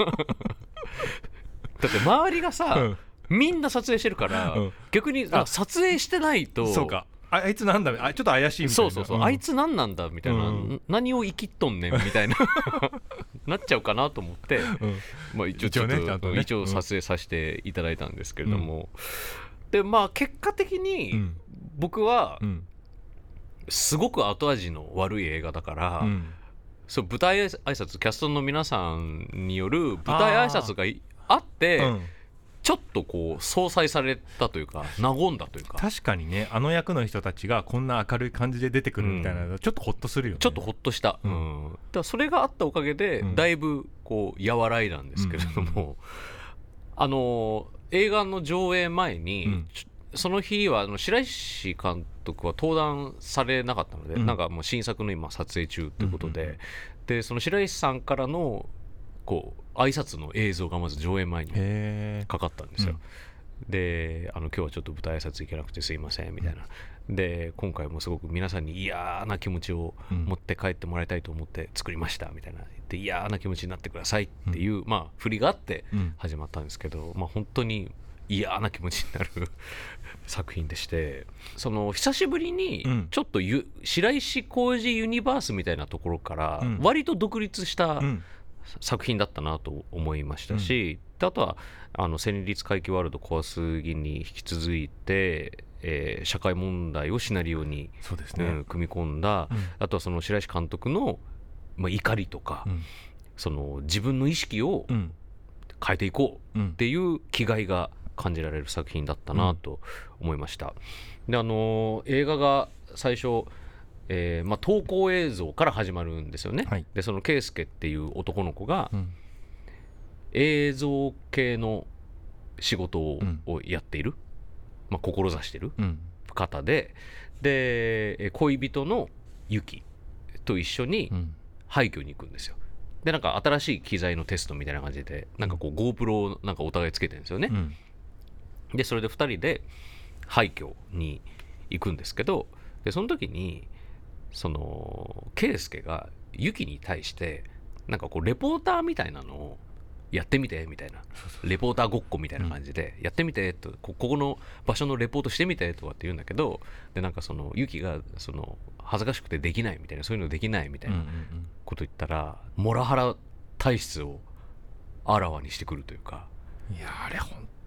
だって周りがさ、うん、みんな撮影してるから、うん、逆に撮影してないとそうか あ, あいつなんだちょっと怪しいみたいなそうそうそう、うん、あいつなんなんだみたいな、うん、何を生きっとんねんみたいななっちゃうかなと思って、うんまあ、一応ちょっと一応、ねね、一応撮影させていただいたんですけれども、うんでまあ、結果的に僕はすごく後味の悪い映画だから、うん、そう舞台挨拶キャストの皆さんによる舞台挨拶があって、うん、ちょっとこう相殺されたというか和んだというか確かにねあの役の人たちがこんな明るい感じで出てくるみたいなの、うん、ちょっとホッとするよね。 ちょっとホッとした、うんうん、だからそれがあったおかげでだいぶこう和らいだんですけれども、うんうん、あのー映画の上映前に、うん、その日はあの白石監督は登壇されなかったので、うん、なんかもう新作の今撮影中ということで、うんうんうん、でその白石さんからのこう挨拶の映像がまず上映前にかかったんですよ。であの今日はちょっと舞台挨拶行けなくてすいませんみたいな、うん、で今回もすごく皆さんに嫌な気持ちを持って帰ってもらいたいと思って作りましたみたいなで嫌な気持ちになってくださいっていう、うん、まあ振りがあって始まったんですけど、うんまあ、本当に嫌な気持ちになる作品でして、その久しぶりにちょっとゆ白石浩二ユニバースみたいなところから割と独立した作品だったなと思いましたし、うん、あとはあの戦慄怪奇ワールド怖すぎに引き続いて、えー、社会問題をシナリオにそうですね、うん、組み込んだ、うん、あとはその白石監督の、まあ、怒りとか、うん、その自分の意識を変えていこうっていう気概が感じられる作品だったなと思いました、うん、であの映画が最初えーまあ、投稿映像から始まるんですよね、はい、でその圭介っていう男の子が、うん、映像系の仕事をやっている、まあ、志している方で、うん、で恋人のユキと一緒に廃墟に行くんですよ。でなんか新しい機材のテストみたいな感じでなんかこう GoPro をなんかお互いつけてるんですよね、うん、でそれでふたりで廃墟に行くんですけど、でその時にその圭介がユキに対してなんかこうレポーターみたいなのをやってみてみたいな、レポーターごっこみたいな感じでやってみてと、ここの場所のレポートしてみてとかって言うんだけど、でなんかそのユキがその恥ずかしくてできないみたいな、そういうのできないみたいなこと言ったら、モラハラ体質をあらわにしてくるというか、 いやあれ本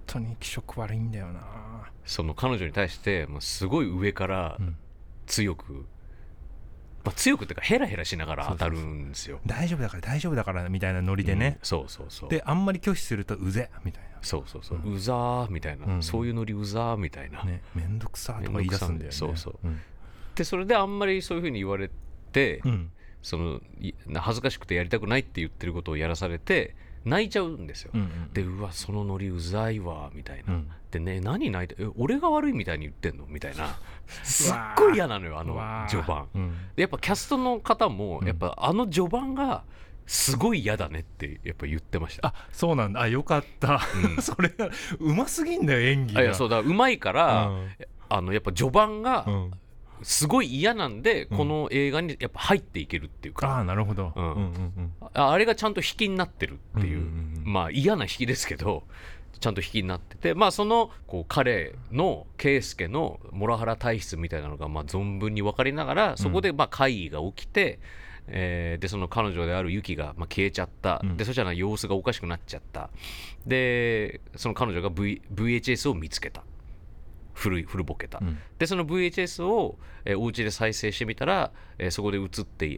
当に気色悪いんだよな。 その彼女に対してもうすごい上から強く、うん、まあ、強くっていうかヘラヘラしながら当たるんですよ。 そうそうそう、大丈夫だから大丈夫だからみたいなノリでね、うん、 そうそうそう。 であんまり拒否するとうぜみたいな、 そうそうそう、うん、うざーみたいな、うん、そういうノリうざーみたいな、 ね、めんどくさーとか言い出すんだよね。 そうそう、うん、でそれであんまりそういう風に言われて、うん、その恥ずかしくてやりたくないって言ってることをやらされて泣いちゃうんですよ、うんうん、でうわそのノリうざいわみたいな、うん、でね何泣いてえ俺が悪いみたいに言ってんのみたいなすっごい嫌なのよあの序盤、うん、でやっぱキャストの方もやっぱあの序盤がすごい嫌だねってやっぱ言ってました。 あ、そうなんだ。あ、よかった、うん、それがうますぎんだよ演技が。 いやそうだ、うまいから、うん、あのやっぱ序盤がすごい嫌なんで、うん、この映画にやっぱ入っていけるっていうか、 あ、なるほど、うんうんうん、 あ, あれがちゃんと引きになってるっていう、うんうんうん、まあ嫌な引きですけどちゃんと引きになってて、まあそのこう彼の圭介のモラハラ体質みたいなのがまあ存分に分かりながら、そこでまあ会議が起きて、えー、でその彼女であるユキがまあ消えちゃった、うん、でそしたら様子がおかしくなっちゃった。でその彼女が、v、ブイエイチエス を見つけた、古い古ぼけた、うん、でその ブイエイチエス を、えー、お家で再生してみたら、えー、そこで映って、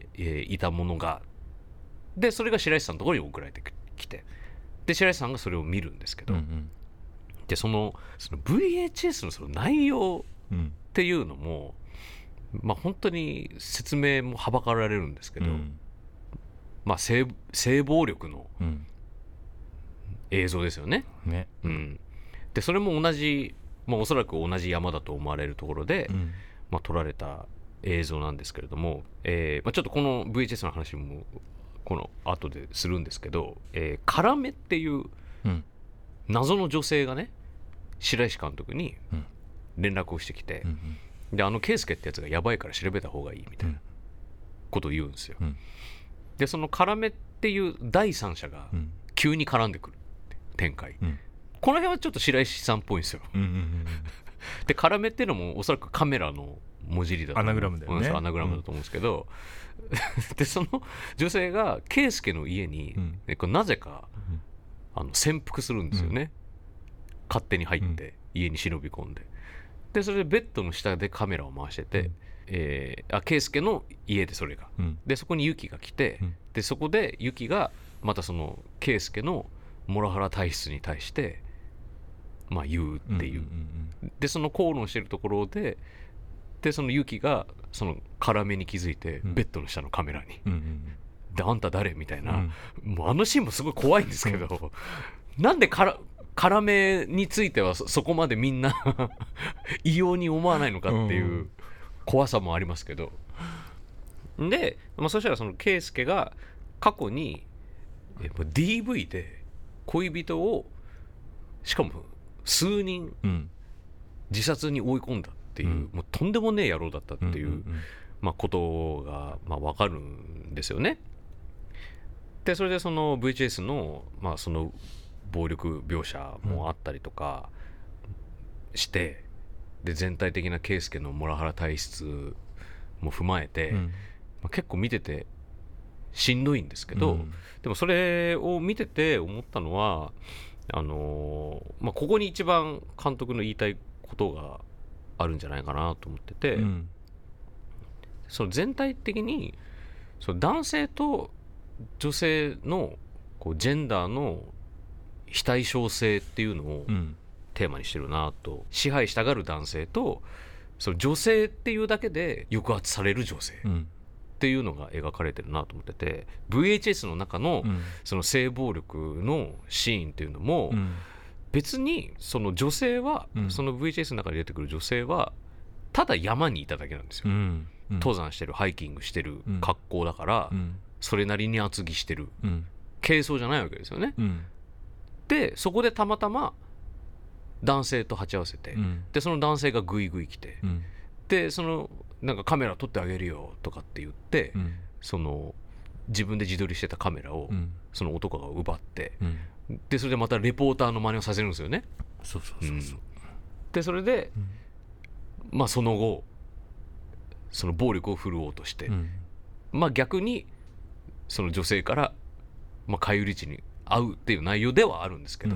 えー、いたものが、でそれが白石さんのところに送られてきて、で白石さんがそれを見るんですけど、うんうん、でその、その ブイエイチエス のその内容っていうのも、うん、まあ本当に説明もはばかられるんですけど、うん、まあ 性, 性暴力の映像ですよね。 ね、 うん、でそれも同じ、まあ、おそらく同じ山だと思われるところで、うんまあ、撮られた映像なんですけれども、えーまあ、ちょっとこの ブイエイチエス の話もこの後でするんですけど、えー、カラメっていう謎の女性がね白石監督に連絡をしてきて、うんうん、であの圭介ってやつがやばいから調べた方がいいみたいなことを言うんですよ、うん、でそのカラメっていう第三者が急に絡んでくる展開、うん、この辺はちょっと白石さんっぽいんですよ、うんうんうん、でカラメっていうのもおそらくカメラの文字りだと思う、 アナグラムだよね、 アナグラムだと思うんですけど、うん、でその女性が圭介の家に、うん、なぜか、うん、あの潜伏するんですよね、うん、勝手に入って、うん、家に忍び込んで、でそれでベッドの下でカメラを回してて、うんえー、あ圭介の家でそれが、うん、でそこにユキが来て、うん、でそこでユキがまたその圭介のモラハラ体質に対してまあ言うっていう、うんうんうん、でその口論してるところででそのユキがその辛めに気づいて、うん、ベッドの下のカメラに、うんうん、であんた誰みたいな、うん、もうあのシーンもすごい怖いんですけどなんでから辛めについては そ, そこまでみんな異様に思わないのかっていう怖さもありますけど、で、まあ、そしたらその圭介が過去にやっぱ ディーブイ で恋人をしかも数人自殺に追い込んだっていう、うん、もうとんでもねえ野郎だったっていう、うんうんうんまあ、ことがまあ分かるんですよね。でそれでその ブイエイチエス の、まあ、その暴力描写もあったりとかして、で全体的な圭介のモラハラ体質も踏まえて、うんまあ、結構見ててしんどいんですけど、うん、でもそれを見てて思ったのはあのーまあ、ここに一番監督の言いたいことがあるんじゃないかなと思ってて、うん、その全体的にその男性と女性のこうジェンダーの非対称性っていうのをテーマにしてるなと、支配したがる男性とその女性っていうだけで抑圧される女性、うんっていうのが描かれてるなと思ってて、 ブイエイチエス の中のその性暴力のシーンっていうのも別にその女性は、その ブイエイチエス の中で出てくる女性はただ山にいただけなんですよ、登山してるハイキングしてる格好だからそれなりに厚着してる軽装じゃないわけですよね。でそこでたまたま男性と鉢合わせて、でその男性がグイグイ来て、でそのなんかカメラ撮ってあげるよとかって言って、うん、その自分で自撮りしてたカメラをその男が奪って、うん、でそれでまたレポーターの真似をさせるんですよね。 そうそうそうそう、 うん、でそれで、うん、まあその後その暴力を振るおうとして、うん、まあ逆にその女性からまあ返り血に遭うっていう内容ではあるんですけど、うんうんうん、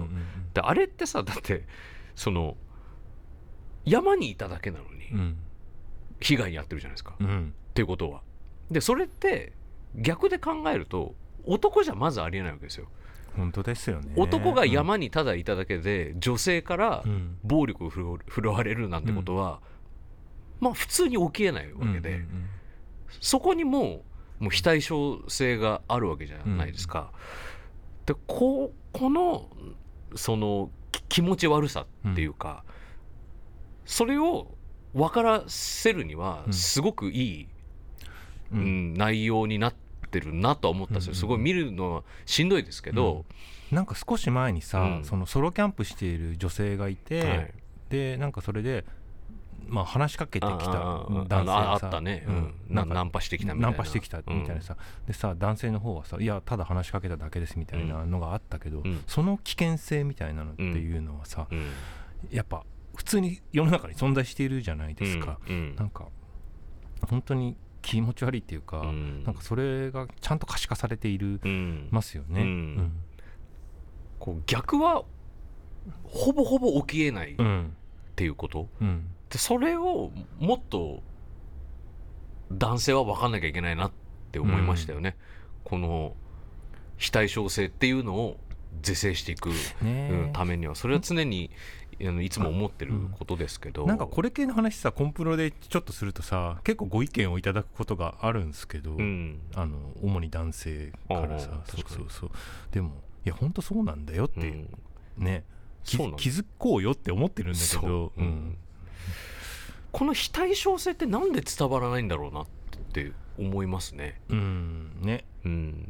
であれってさだってその山にいただけなのに、うん、被害に遭ってるじゃないですか、うん、っていうことはでそれって逆で考えると男じゃまずありえないわけですよ。 本当ですよね。 男が山にただいただけで女性から暴力を振るわれるなんてことは、うん、まあ普通に起きえないわけで、うんうんうん、そこにももう非対称性があるわけじゃないですか、うん、で こ, このその気持ち悪さっていうか、うん、それを分からせるにはすごくいい、うんうん、内容になっててるなとは思ったんですよ。すごい見るのはしんどいですけど、 うん、なんか少し前にさ、うん、そのソロキャンプしている女性がいて、はい、でなんかそれで、まあ、話しかけてきた男性がさあ, あったね、うん、なんかナンパしてきたみたいなナンパしてきたみたいなさ、うん、でさ男性の方はさいやただ話しかけただけですみたいなのがあったけど、うん、その危険性みたいなのっていうのはさ、うん、やっぱ普通に世の中に存在しているじゃないですか、うんうん、なんか本当に気持ち悪いっていうか、うん、なんかそれがちゃんと可視化されている、うん、ますよね、うんうん、 こう逆はほぼほぼ起きえないっていうこと、うん、でそれをもっと男性は分かんなきゃいけないなって思いましたよね、うん、この非対称性っていうのを是正していく、ね、ためにはそれは常にいつも思ってることですけど、 うん、なんかこれ系の話さコンプロでちょっとするとさ結構ご意見をいただくことがあるんですけど、うん、あの主に男性からさそうそうそうでもいや本当そうなんだよっていう、うん、ね気づこうよって思ってるんだけど、うん、 この非対称性ってなんで伝わらないんだろうなって思いますね。 うんね、うん、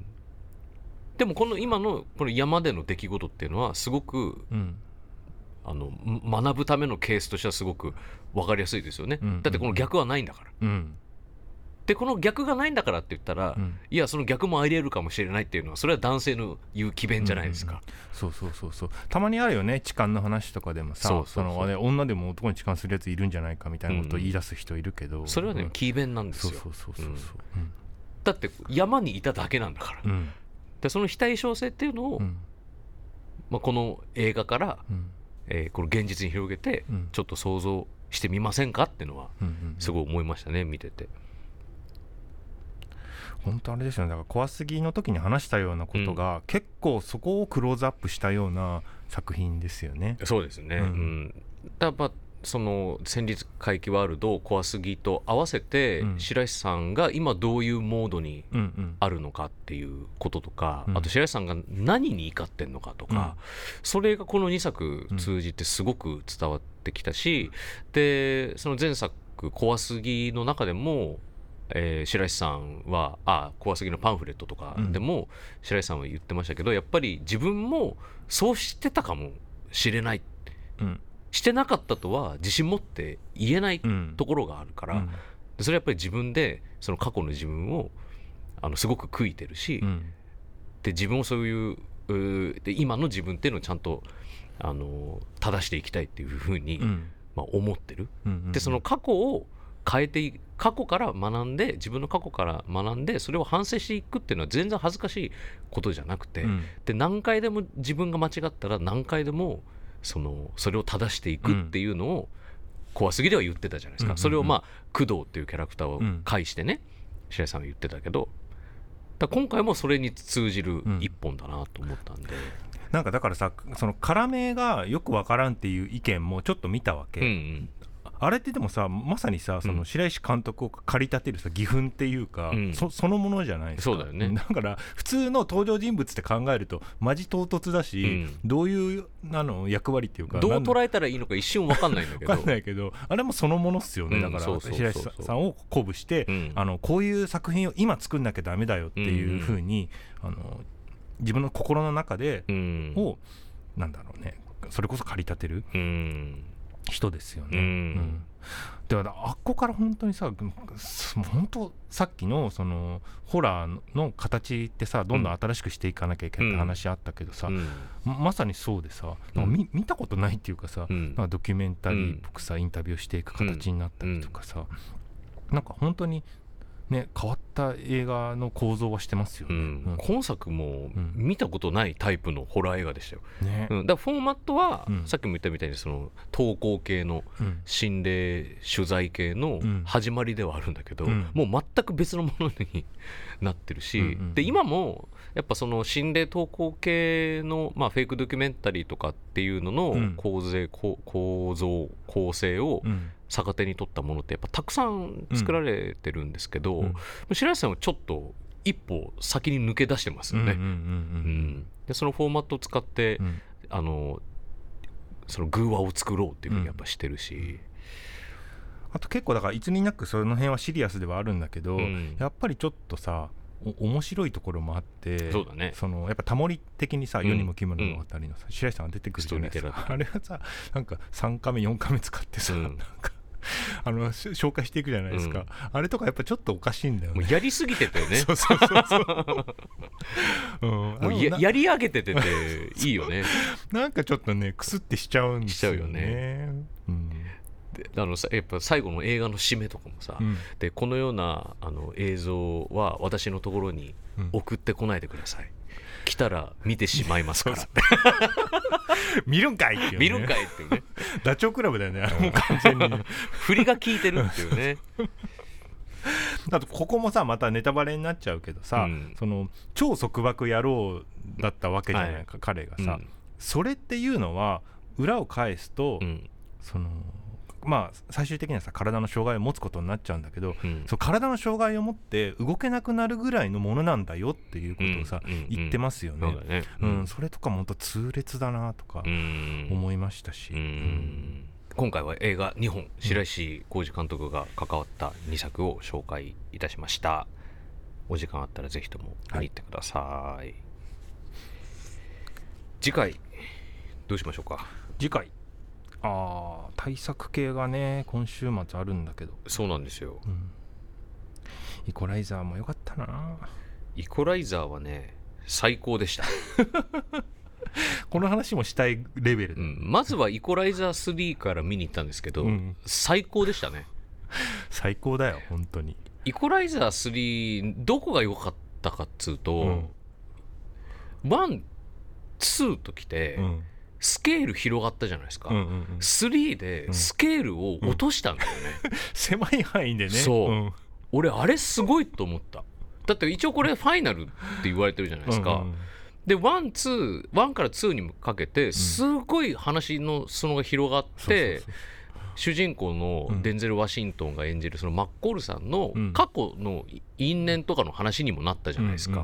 でもこの今のこの山での出来事っていうのはすごく、うんあの学ぶためのケースとしてはすごく分かりやすいですよね、うんうんうん、だってこの逆はないんだから、うん、でこの逆がないんだからって言ったら、うん、いやその逆もあり得るかもしれないっていうのはそれは男性の言う詭弁じゃないですか、うんうんうん、 そうそうそうそうたまにあるよね痴漢の話とかでもさそうそうそうその、ね、女でも男に痴漢するやついるんじゃないかみたいなことを言い出す人いるけど、うん、 それはね詭弁なんですよ。 そうそうそうそうそう、うん、 だって山にいただけなんだから、うん、でその非対称性っていうのを、うんまあ、この映画から、うんえー、この現実に広げてちょっと想像してみませんかっていうのはすごい思いましたね見てて。 本当あれですよねだから怖すぎの時に話したようなことが、うん、結構そこをクローズアップしたような作品ですよね。 そうですね、うんうん、だからその戦慄回帰ワールド怖すぎと合わせて、うん、白石さんが今どういうモードにあるのかっていうこととか、うんうん、あと白石さんが何に怒ってんのかとか、うん、それがこのにさく通じてすごく伝わってきたし、うん、でその前作怖すぎの中でも、えー、白石さんはあ怖すぎのパンフレットとかでも白石さんは言ってましたけど、やっぱり自分もそうしてたかもしれない、うんしてなかったとは自信持って言えないところがあるから、うん、それはやっぱり自分でその過去の自分をあのすごく悔いてるし、うん、で自分をそういう、で今の自分っていうのをちゃんとあの正していきたいっていうふうに、うんまあ、思ってる、うんうんうん、でその過去を変えて過去から学んで自分の過去から学んでそれを反省していくっていうのは全然恥ずかしいことじゃなくて、うん、で何回でも自分が間違ったら何回でもそのそれを正していくっていうのを怖すぎでは言ってたじゃないですか、うんうんうん、それをまあ工藤っていうキャラクターを介してね、うん、白井さんは言ってたけどだ今回もそれに通じる一本だなと思ったんで、うん、 なんかだからさその辛めがよくわからんっていう意見もちょっと見たわけ、うんうんあれってでもさまさにさその白石監督を駆り立てるさ義憤っていうか、うん、そ, そのものじゃないですか。 そうだよね。 だから普通の登場人物って考えるとマジ唐突だし、うん、どういうあの役割っていうかどう捉えたらいいのか一瞬分かんないんだけど分かんないけどあれもそのものっすよね、うん、だから白石さんを鼓舞して、うん、あのこういう作品を今作んなきゃダメだよっていうふうに、うん、あの自分の心の中で、うん、をなんだろうねそれこそ駆り立てる、うん人ですよね、うんうん、だからあっこから本当にさ本当さっきのそのホラーの形ってさどんどん新しくしていかなきゃいけないって話あったけどさ、うん、まさにそうでさなんか 見, 見たことないっていうかさ、うん、なんかドキュメンタリーっぽくさインタビューしていく形になったりとかさ、うん、なんか本当にね、変わった映画の構造はしてますよね、うんうん、今作も見たことないタイプのホラー映画でしたよ、 ね、 うん、だからフォーマットは、うん、さっきも言ったみたいにその投稿系の心霊取材系の始まりではあるんだけど、うん、もう全く別のものになってるし、うんうん、で今もやっぱその心霊投稿系の、まあ、フェイクドキュメンタリーとかっていうのの構成、うん、構造構成を逆手に取ったものってやっぱたくさん作られてるんですけど、うん、白石さんはちょっと一歩先に抜け出してますよね。でそのフォーマットを使って、うん、あのその偶話を作ろうっていうふうにやっぱしてるし、うん、 あと結構だからいつになくその辺はシリアスではあるんだけど、うん、やっぱりちょっとさお面白いところもあって、 そうだね、 そのやっぱタモリ的にさ、うん、世にも奇妙な物語のさ、白石さんが出てくるじゃないですか。あれはさなんかさんカメよんカメ使ってさ、うん、なんかあの紹介していくじゃないですか、うん、あれとかやっぱちょっとおかしいんだよね。 もうやりすぎててねそうそうそうそう、うん、 もう や, やり上げててていいよねなんかちょっとねクスってしちゃうんですよね。 しちゃうよね、うん、であのさやっぱ最後の映画の締めとかもさ、うん、でこのようなあの映像は私のところに送ってこないでください、うん、来たら見てしまいますから見るんかいっていうね、 見るんかいっていうねダチョウ倶楽部だよね、あれも完全に振りが効いてるっていうねあとここもさまたネタバレになっちゃうけどさ、うん、その超束縛野郎だったわけじゃないか、はい、彼がさ、うん、それっていうのは裏を返すと、うん、そのまあ最終的にはさ体の障害を持つことになっちゃうんだけど、うん、その体の障害を持って動けなくなるぐらいのものなんだよっていうことをさ、うん、言ってますよね。そうだね、うんうん、それとかも本当痛烈だなとか思いましたし、うんうん、 今回は映画にほん白石浩二監督が関わったにさくを紹介いたしました。お時間あったらぜひとも見に行ってください、はい、次回どうしましょうか。 次回あ対策系がね今週末あるんだけど。 そうなんですよ、うん、 イコライザーも良かったな。 イコライザーはね最高でしたこの話もしたいレベルで、 うん、まずはイコライザースリーから見に行ったんですけど、うん、最高でしたね。 最高だよ本当に。 イコライザースリーどこが良かったかっつうと、うん、ワン、ツーときて、うんスケール広がったじゃないですか、うんうんうん、スリーでスケールを落としたんだよね、うん、 狭い範囲でね。 そう、うん、俺あれすごいと思った。だって一応これファイナルって言われてるじゃないですか、うんうん、でワン、ツー、ワンからツーにかけてすごい話の裾が広がって、うん、そうそうそう主人公のデンゼル・ワシントンが演じるそのマッコールさんの過去の因縁とかの話にもなったじゃないですか、うんうん、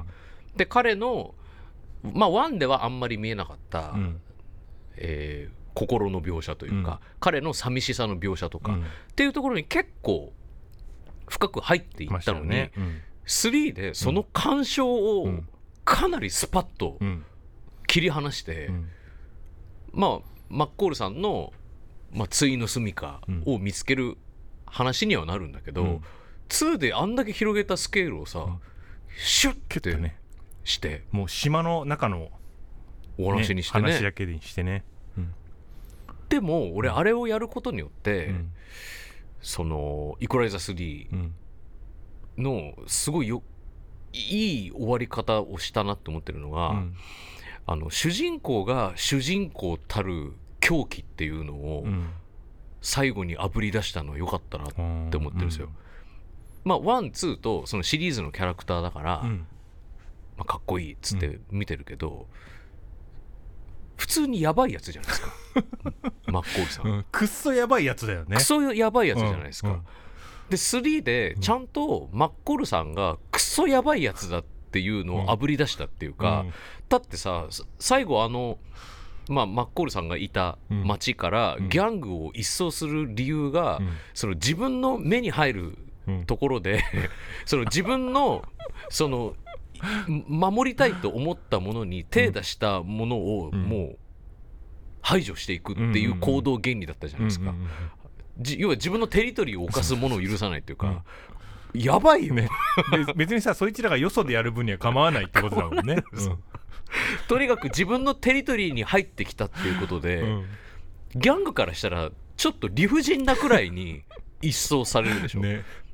で彼のまあワンではあんまり見えなかった、うんえー、心の描写というか、うん、彼の寂しさの描写とか、うん、っていうところに結構深く入っていったのに、ねうん、スリーでその感傷をかなりスパッと切り離して、うん、まあマッコールさんの、まあ、対の住処を見つける話にはなるんだけど、うん、ツーであんだけ広げたスケールをさ、うん、シュッてして、ね、 もう島の中のお話にしてね、 話だけにしてね、うん、 でも俺あれをやることによって、うん、そのイコライザースリーのすごいよいい終わり方をしたなって思ってるのが、うん、あの主人公が主人公たる狂気っていうのを最後にあぶり出したのは良かったなって思ってるんですよ、うん、まあワン、ツーとそのシリーズのキャラクターだから、うんまあ、かっこいいっつって見てるけど、うん普通にやばいやつじゃないですかマッコールさん、うん、 くっそやばいやつだよね。 くそやばいやつじゃないですか、うんうん、でスリーでちゃんとマッコールさんがくそやばいやつだっていうのをあぶり出したっていうか、うん、だってさ最後あの、まあ、マッコールさんがいた町からギャングを一掃する理由が、うん、その自分の目に入るところで、うん、その自分のその守りたいと思ったものに手出したものをもう排除していくっていう行動原理だったじゃないですか。要は自分のテリトリーを侵すものを許さないっていうかやばいよね別にさそいつらがよそでやる分には構わないってことだもんね、うん、 とにかく自分のテリトリーに入ってきたっていうことで、うん、ギャングからしたらちょっと理不尽なくらいに一掃されるでしょ、ね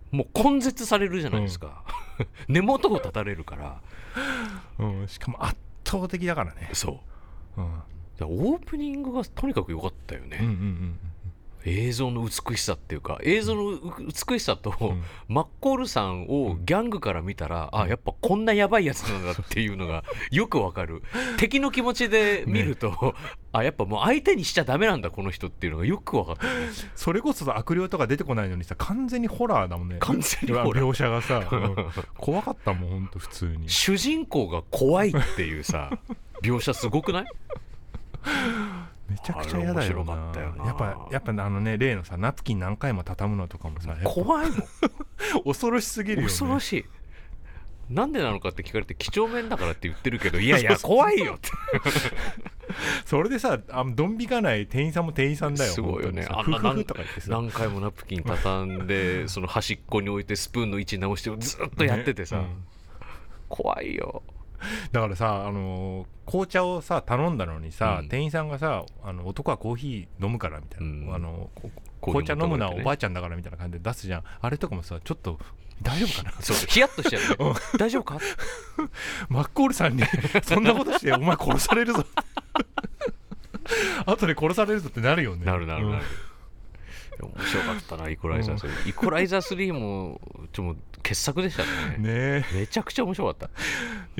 もう根絶されるじゃないですか、うん、根元を立たれるから、 うん、しかも圧倒的だからね。 そう、うん、オープニングがとにかく良かったよね、うんうんうん、映像の美しさっていうか映像の美しさと、うん、マッコールさんをギャングから見たら、うん、あやっぱこんなやばいやつなんだっていうのがよくわかる敵の気持ちで見ると、ね、あやっぱもう相手にしちゃダメなんだこの人っていうのがよくわかった、ね、 それこそ悪霊とか出てこないのにさ完全にホラーだもんね。 完全にホラー描写がさ、うん、怖かったもんほんと普通に。 主人公が怖いっていうさ描写すごくない？ めちゃくちゃ嫌だよな。 面白かったよな。 やっぱやっぱあのね例のさナプキン何回も畳むのとかもさ怖いもん恐ろしすぎるよね。 恐ろしい。なんでなのかって聞かれて几帳面だからって言ってるけどいやいや怖いよってそれでさあドン引かない店員さんも店員さんだよ。 すごいよね。 あんな何何回もナプキン畳んでその端っこに置いてスプーンの位置直してずっとやっててさ、ねうん、怖いよ。 だからさ、あのー、紅茶をさ頼んだのにさ、うん、店員さんがさあの男はコーヒー飲むからみたいな、うんあのー、紅茶飲むのはおばあちゃんだからみたいな感じで出すじゃん。あれとかもさちょっと大丈夫かなそうヒヤッとしちゃう、ね、大丈夫かマッコールさんにそんなことしてお前殺されるぞ後で殺されるぞってなるよね。 なるなるなる、うん、面白かったなイコライザースリー、うん、イコライザースリーもちょっと傑作でしたね。 ねめちゃくちゃ面白かった。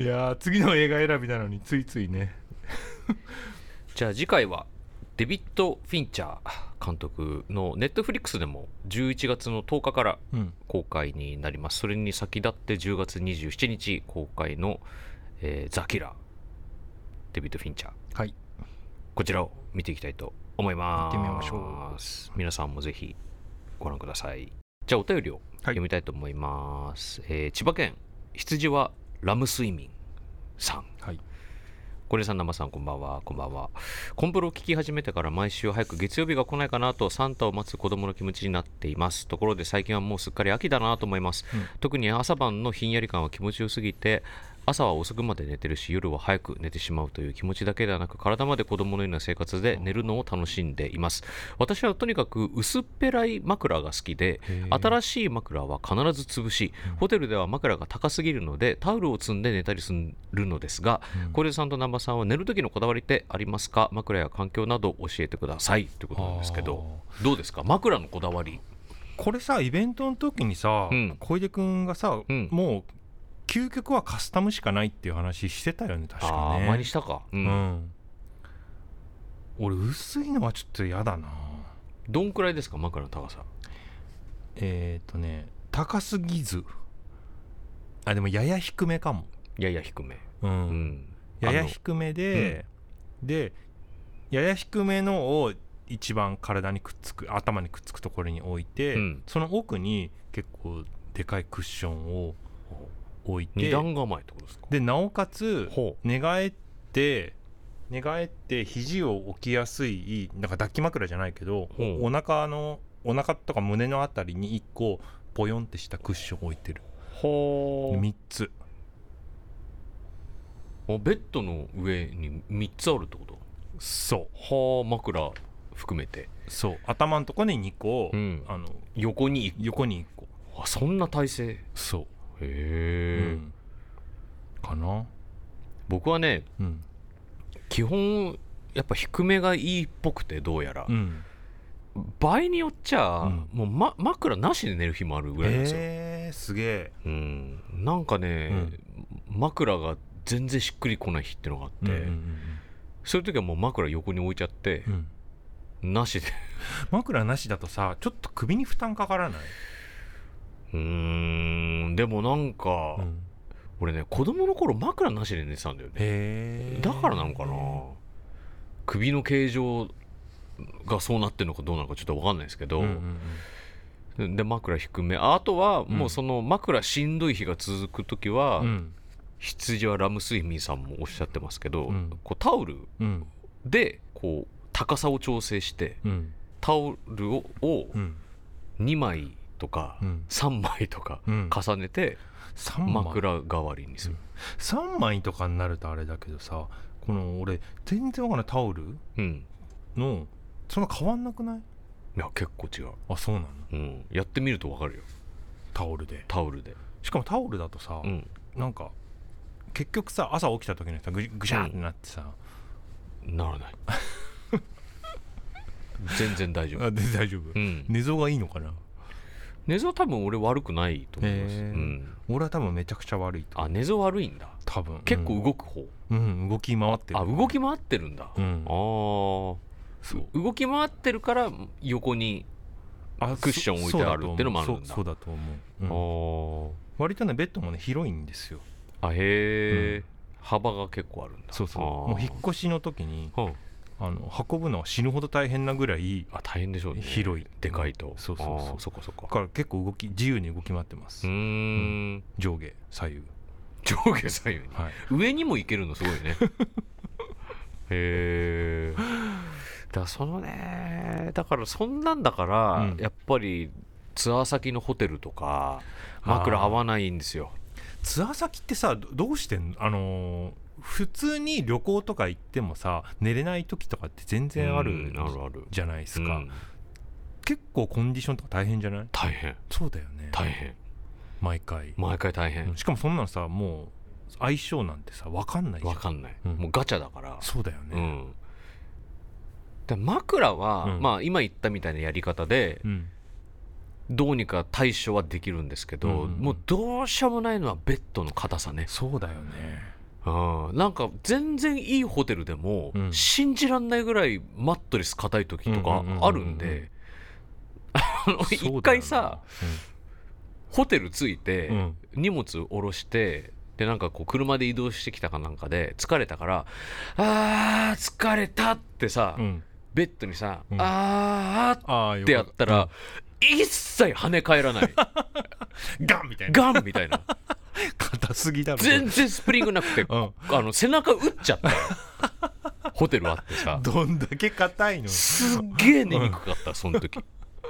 いや次の映画選びなのについついねじゃあ次回はデビッド・フィンチャー監督のネットフリックスでもじゅういちがつのとおかから公開になります、うん、それに先立ってじゅうがつにじゅうしちにち公開の、えー、ザ・キラーデビッド・フィンチャー、 はい、 こちらを見ていきたいと思います。 見てみましょう。 皆さんもぜひご覧ください。じゃあお便りを読みたいと思います、はいえー、千葉県羊はラム睡眠さん、 はいゴリさん、生さん、こんばんは。こんばんは。コンプロを聞き始めてから毎週早く月曜日が来ないかなとサンタを待つ子供の気持ちになっています。ところで最近はもうすっかり秋だなと思います、うん、特に朝晩のひんやり感は気持ちよすぎて朝は遅くまで寝てるし夜は早く寝てしまうという気持ちだけではなく体まで子供のような生活で寝るのを楽しんでいます。私はとにかく薄っぺらい枕が好きで新しい枕は必ず潰し、うん、ホテルでは枕が高すぎるのでタオルを積んで寝たりするのですが、うん、小出さんと南波さんは寝る時のこだわりってありますか？枕や環境など教えてくださいということなんですけど、どうですか枕のこだわり。 これさイベントの時にさ、うん、小出くんがさ、うん、もう究極はカスタムしかないっていう話してたよね確かね。 あ前にしたか、うんうん、 俺薄いのはちょっと嫌だな。 どんくらいですか枕の高さ。 えっ、ー、とね高すぎずあでもやや低めかも。 やや低め、 うんうん、やや低めで、うん、でやや低めのを一番体にくっつく頭にくっつくところに置いて、うん、その奥に結構でかいクッションを置いて二段構えってことですか。 でなおかつ寝返って寝返って肘を置きやすいなんか抱き枕じゃないけどお, お腹のお腹とか胸のあたりにいっこポヨンってしたクッションを置いてる。 ほみっつ。 ベッドの上にみっつあるってこと。 そうはあ枕含めて。 そう頭のところににこ、うん、あの横にいっこ横にいっこ。 あそんな体勢。 そうへえ、 うん、かな。 僕はね、うん、基本やっぱ低めがいいっぽくてどうやら、うん、場合によっちゃ、うん、もう、ま、枕なしで寝る日もあるぐらいですよ。 えー、すげえ、 うん、なんかね、うん、枕が全然しっくりこない日ってのがあって、うんうんうん、そういう時はもう枕横に置いちゃって、うん、なしで枕なしだとさちょっと首に負担かからない？ うーんでもなんか、うん、俺ね子供の頃枕なしで寝てたんだよね。 へだからなのかな首の形状がそうなってるのかどうなのかちょっと分かんないですけど、うんうんうん、で枕低めあとはもうその枕しんどい日が続くときは、うん、羊はラム睡眠さんもおっしゃってますけど、うん、こうタオルでこう高さを調整して、うん、タオルを、をにまいとかさんまいとか重ねて枕代わりにする、うん、 さんまいとかになるとあれだけどさこの俺全然わかんないタオルのそんな変わんなくない？ いや結構違う。 あそうなの、 うん、やってみるとわかるよ。 タオルでタオルでしかもタオルだとさ、うん、なんか結局さ朝起きた時にさぐぐしゃーってなってさ、 うん、ならない全然大丈夫。 あ全然大丈夫、うん、寝相がいいのかな。 寝相多分俺悪くないと思います、うん、 俺は多分めちゃくちゃ悪いと。 あ寝相悪いんだ多分。 結構動く方、 うん、うん、動き回ってる。 あ動き回ってるんだ、うん、あそう動き回ってるから横にクッション置いてあるってのもあるんだ。 そうだと思う、うん、あ割とねベッドもね広いんですよ。 あへえ、うん、幅が結構あるんだ。 そうそうもう引っ越しの時に、うんあの運ぶのは死ぬほど大変なぐらいあ大変でしょうね。広いでかいと、うん、そうそうそうそこそこだから結構動き自由に動き回ってます。うーん、うん、上下左右上下左右に、はい、上にも行けるのすごいねへえだからそのねだからそんなんだから、うん、やっぱりツアー先のホテルとか枕合わないんですよ。 ツアー先ってさどうしてんの。あのー普通に旅行とか行ってもさ寝れない時とかって全然あるじゃないですか、うん、結構コンディションとか大変じゃない。 大変。 そうだよね大変毎回毎回大変、 うん、しかもそんなのさもう相性なんてさ分かんないじゃん。 分かんない、うん、もうガチャだから。 そうだよね、うん、 で枕は、うん、まあ今言ったみたいなやり方で、うん、どうにか対処はできるんですけど、うんうん、もうどうしようもないのはベッドの硬さね。 そうだよね。 うん、なんか全然いいホテルでも、うん、信じらんないぐらいマットレス硬い時とかあるんで一回さ、うん、ホテル着いて、うん、荷物下ろしてでなんかこう車で移動してきたかなんかで疲れたからあー疲れたってさ、うん、ベッドにさ、うん、あーってやったら、うん、一切跳ね返らないガンみたいなガンみたいな硬すぎだろ。 全然スプリングなくて、うん、あの背中打っちゃったよホテルあってさどんだけ硬いの。 すっげえ寝にくかった、うん、その時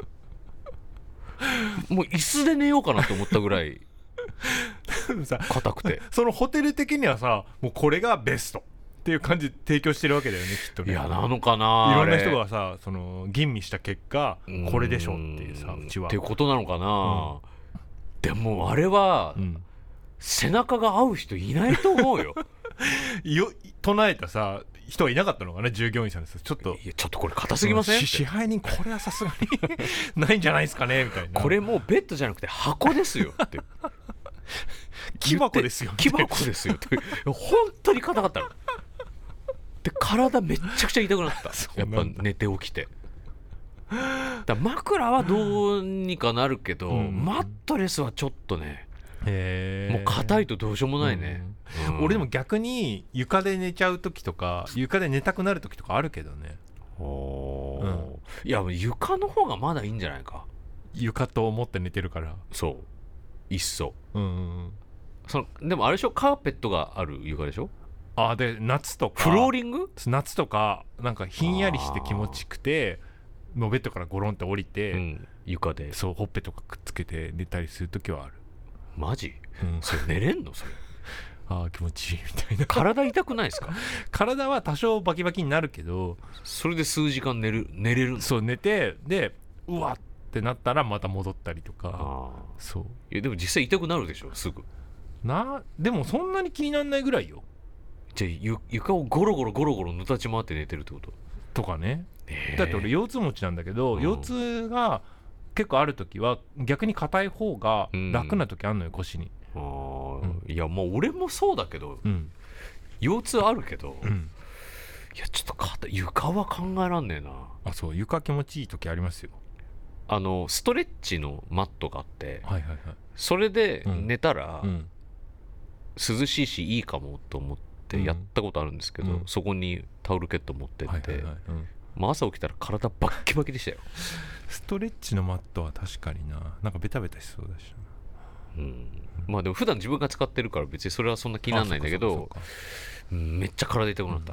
もう椅子で寝ようかなと思ったぐらい硬くてそのホテル的にはさもうこれがベストっていう感じで提供してるわけだよねきっとね。 いやなのかな。 いろんな人がさその吟味した結果これでしょっていうさうちはっていうことなのかな、うん、でもあれは、うん背中が合う人いないと思うよよ唱えたさ人はいなかったのかな従業員さんです。ちょっといやちょっとこれ硬すぎません、うん、 支配人これはさすがにないんじゃないですかねみたいな。 これもうベッドじゃなくて箱ですよって木箱ですよ木箱ですよって本当に硬かったので体めっちゃくちゃ痛くなったやっぱ寝て起きてだ枕はどうにかなるけど、うん、マットレスはちょっとねへもう硬いとどうしようもないね、 うんうん、俺でも逆に床で寝ちゃう時とか床で寝たくなる時とかあるけどね。 お、うん、いや床の方がまだいいんじゃないか。 床と思って寝てるから。 そういっそ、うんうん、そのでもあれでしょカーペットがある床でしょ。 あで夏とかフローリング夏とかなんかひんやりして気持ちくてもうベッドからゴロンって降りて、うん、 床でそうほっぺとかくっつけて寝たりする時はある。 マジ、うん、それ寝れんのそれああ気持ちいいみたいな。 体痛くないですか。 体は多少バキバキになるけどそれで数時間寝る寝れるの。 そう寝てでうわってなったらまた戻ったりとか。あそういやでも実際痛くなるでしょすぐな。でもそんなに気にならないぐらいよ。 じゃあ床をゴロゴロゴロゴロぬたち回って寝てるってこととかね、えー、だって俺腰痛持ちなんだけど、うん、腰痛が結構ある時は逆に硬い方が楽な時あんのよ、うん、腰に。 あ、うん、いやもう俺もそうだけど、うん、腰痛あるけど、うん、いやちょっと肩床は考えらんねえな。 あそう床気持ちいい時ありますよ。 あのストレッチのマットがあって、 はいはいはい、 それで寝たら、うん、涼しいしいいかもと思ってやったことあるんですけど、うん、そこにタオルケット持ってって、はいはいはいうん、まあ、朝起きたら体バッキバキでしたよ。 ストレッチのマットは確かにな、なんかベタベタしそうだしな、うん、まあでも普段自分が使ってるから別にそれはそんな気にならないんだけど、うん、めっちゃ体痛くなった、うん、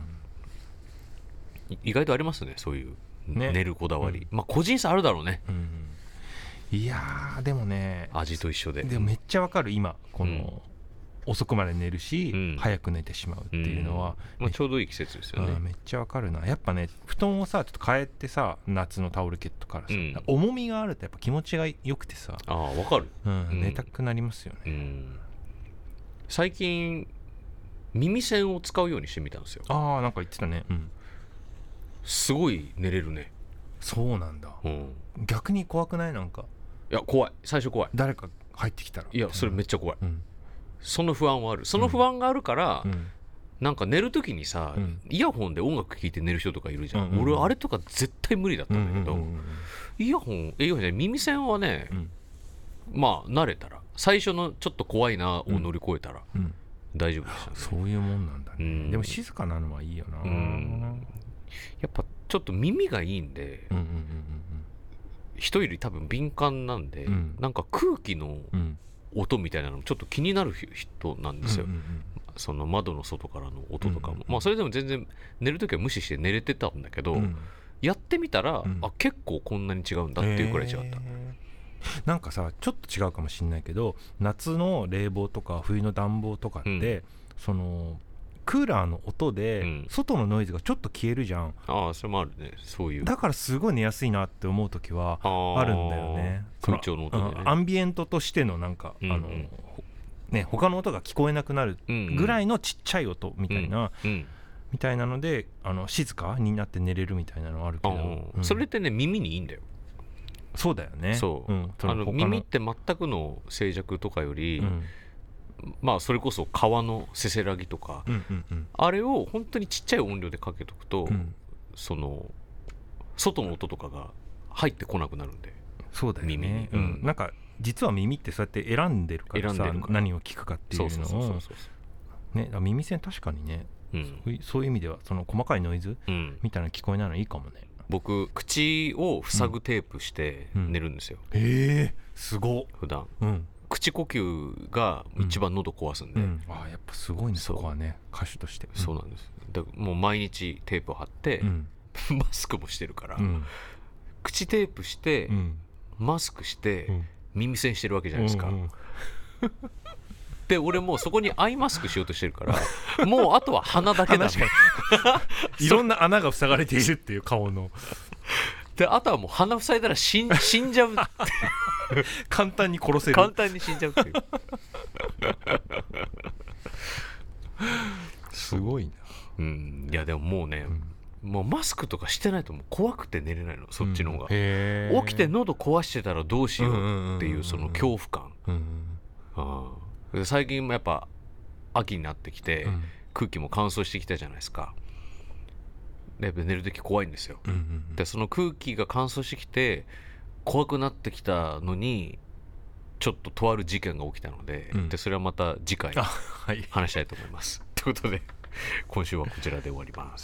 意外とありますねそういう、ね、寝るこだわり、うん、まあ個人差あるだろうね、 うん、いやーでもね味と一緒ででもめっちゃわかる今この、 遅くまで寝るし、うん、早く寝てしまうっていうのは、 うんまあ、ちょうどいい季節ですよね。 めっちゃわかるな。やっぱね布団をさちょっと変えてさ夏のタオルケットからさ、うん、重みがあるとやっぱ気持ちが良くてさあわかる、 うん、寝たくなりますよね、 うん、最近耳栓を使うようにしてみたんですよ。 ああなんか言ってたね、うん、 すごい寝れるね。 そうなんだ、うん、逆に怖くない？なんかいや怖い、最初怖い。 誰か入ってきたらいやそれめっちゃ怖い、うん、その不安はある。その不安があるから、うん、なんか寝るときにさ、うん、イヤホンで音楽聴いて寝る人とかいるじゃん、うんうんうん、俺あれとか絶対無理だったんだけど、うんうんうんうん、イヤホンイヤホンじゃない耳栓はね、うん、まあ慣れたら最初のちょっと怖いなを乗り越えたら、うんうん、大丈夫でしたね。 そういうもんなんだね、うん、でも静かなのはいいよな、うん、 やっぱちょっと耳がいいんで、うんうんうんうん、人より多分敏感なんで、うん、なんか空気の音みたいなのもちょっと気になる人なんですよ、うんうんうん、その窓の外からの音とかも、うんうんうん、まあそれでも全然寝るときは無視して寝れてたんだけど、うん、やってみたら、うん、あ結構こんなに違うんだっていうくらい違った、えー、 なんかさちょっと違うかもしれないけど夏の冷房とか冬の暖房とかって、うん、そのクーラーの音で外のノイズがちょっと消えるじゃん、 うん、ああそれもあるね。そういうだからすごい寝やすいなって思う時はあるんだよね。 空調の音でね、 アンビエントとしてのなんか、うんうん、あのね他の音が聞こえなくなるぐらいのちっちゃい音みたいな、うんうん、みたいなのであの静かになって寝れるみたいなのあるけど、 うん、それってね耳にいいんだよ。 そうだよね。 そう、うん、あの耳って全くの静寂とかより、うんまあそれこそ川のせせらぎとか、うんうんうん、あれを本当にちっちゃい音量でかけとくと、うん、その外の音とかが入ってこなくなるんで。 そうだよね、耳に、うん、なんか実は耳ってそうやって選んでるからさ、から何を聞くかっていうのをね、耳栓確かにね、うん、そういう、そういう意味ではその細かいノイズ、うん、みたいなの聞こえないのいいかもね。 僕口を塞ぐテープして寝るんですよ、 うんうん、へえすご普段、うん口呼吸が一番喉壊すんで、うんうん、 あやっぱすごいね。そこはね歌手として、 うん、そうなんです。だからもう毎日テープを貼って、うん、マスクもしてるから、うん、口テープして、うん、マスクして、うん、耳栓してるわけじゃないですか、うんうん、で俺もうそこにアイマスクしようとしてるからもうあとは鼻だけだねいろんな穴が塞がれているっていう顔のであとはもう鼻塞いだら死ん、死んじゃうって簡単に殺せる簡単に死んじゃうっていうすごいな、 うん、いやでももうね、うん、もうマスクとかしてないともう怖くて寝れないのそっちの方が、うん、へ起きて喉壊してたらどうしようっていうその恐怖感、うんうんうん、最近もやっぱ秋になってきて、うん、空気も乾燥してきたじゃないですか。で寝るとき怖いんですよ、うんうんうん、でその空気が乾燥してきて怖くなってきたのにちょっととある事件が起きたので、うん、でそれはまた次回話したいと思います、はい、ということで今週はこちらで終わります。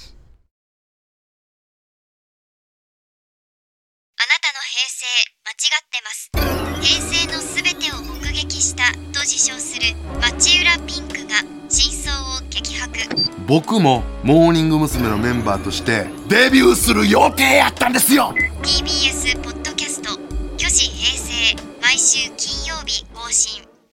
あなたの平成間違ってます。平成のすべてを目撃したと自称する町浦ピンクが真相を激白。 僕もモーニング娘。のメンバーとしてデビューする予定やったんですよ。 ティービーエス ポッドキャスト巨子平成毎週金曜日更新。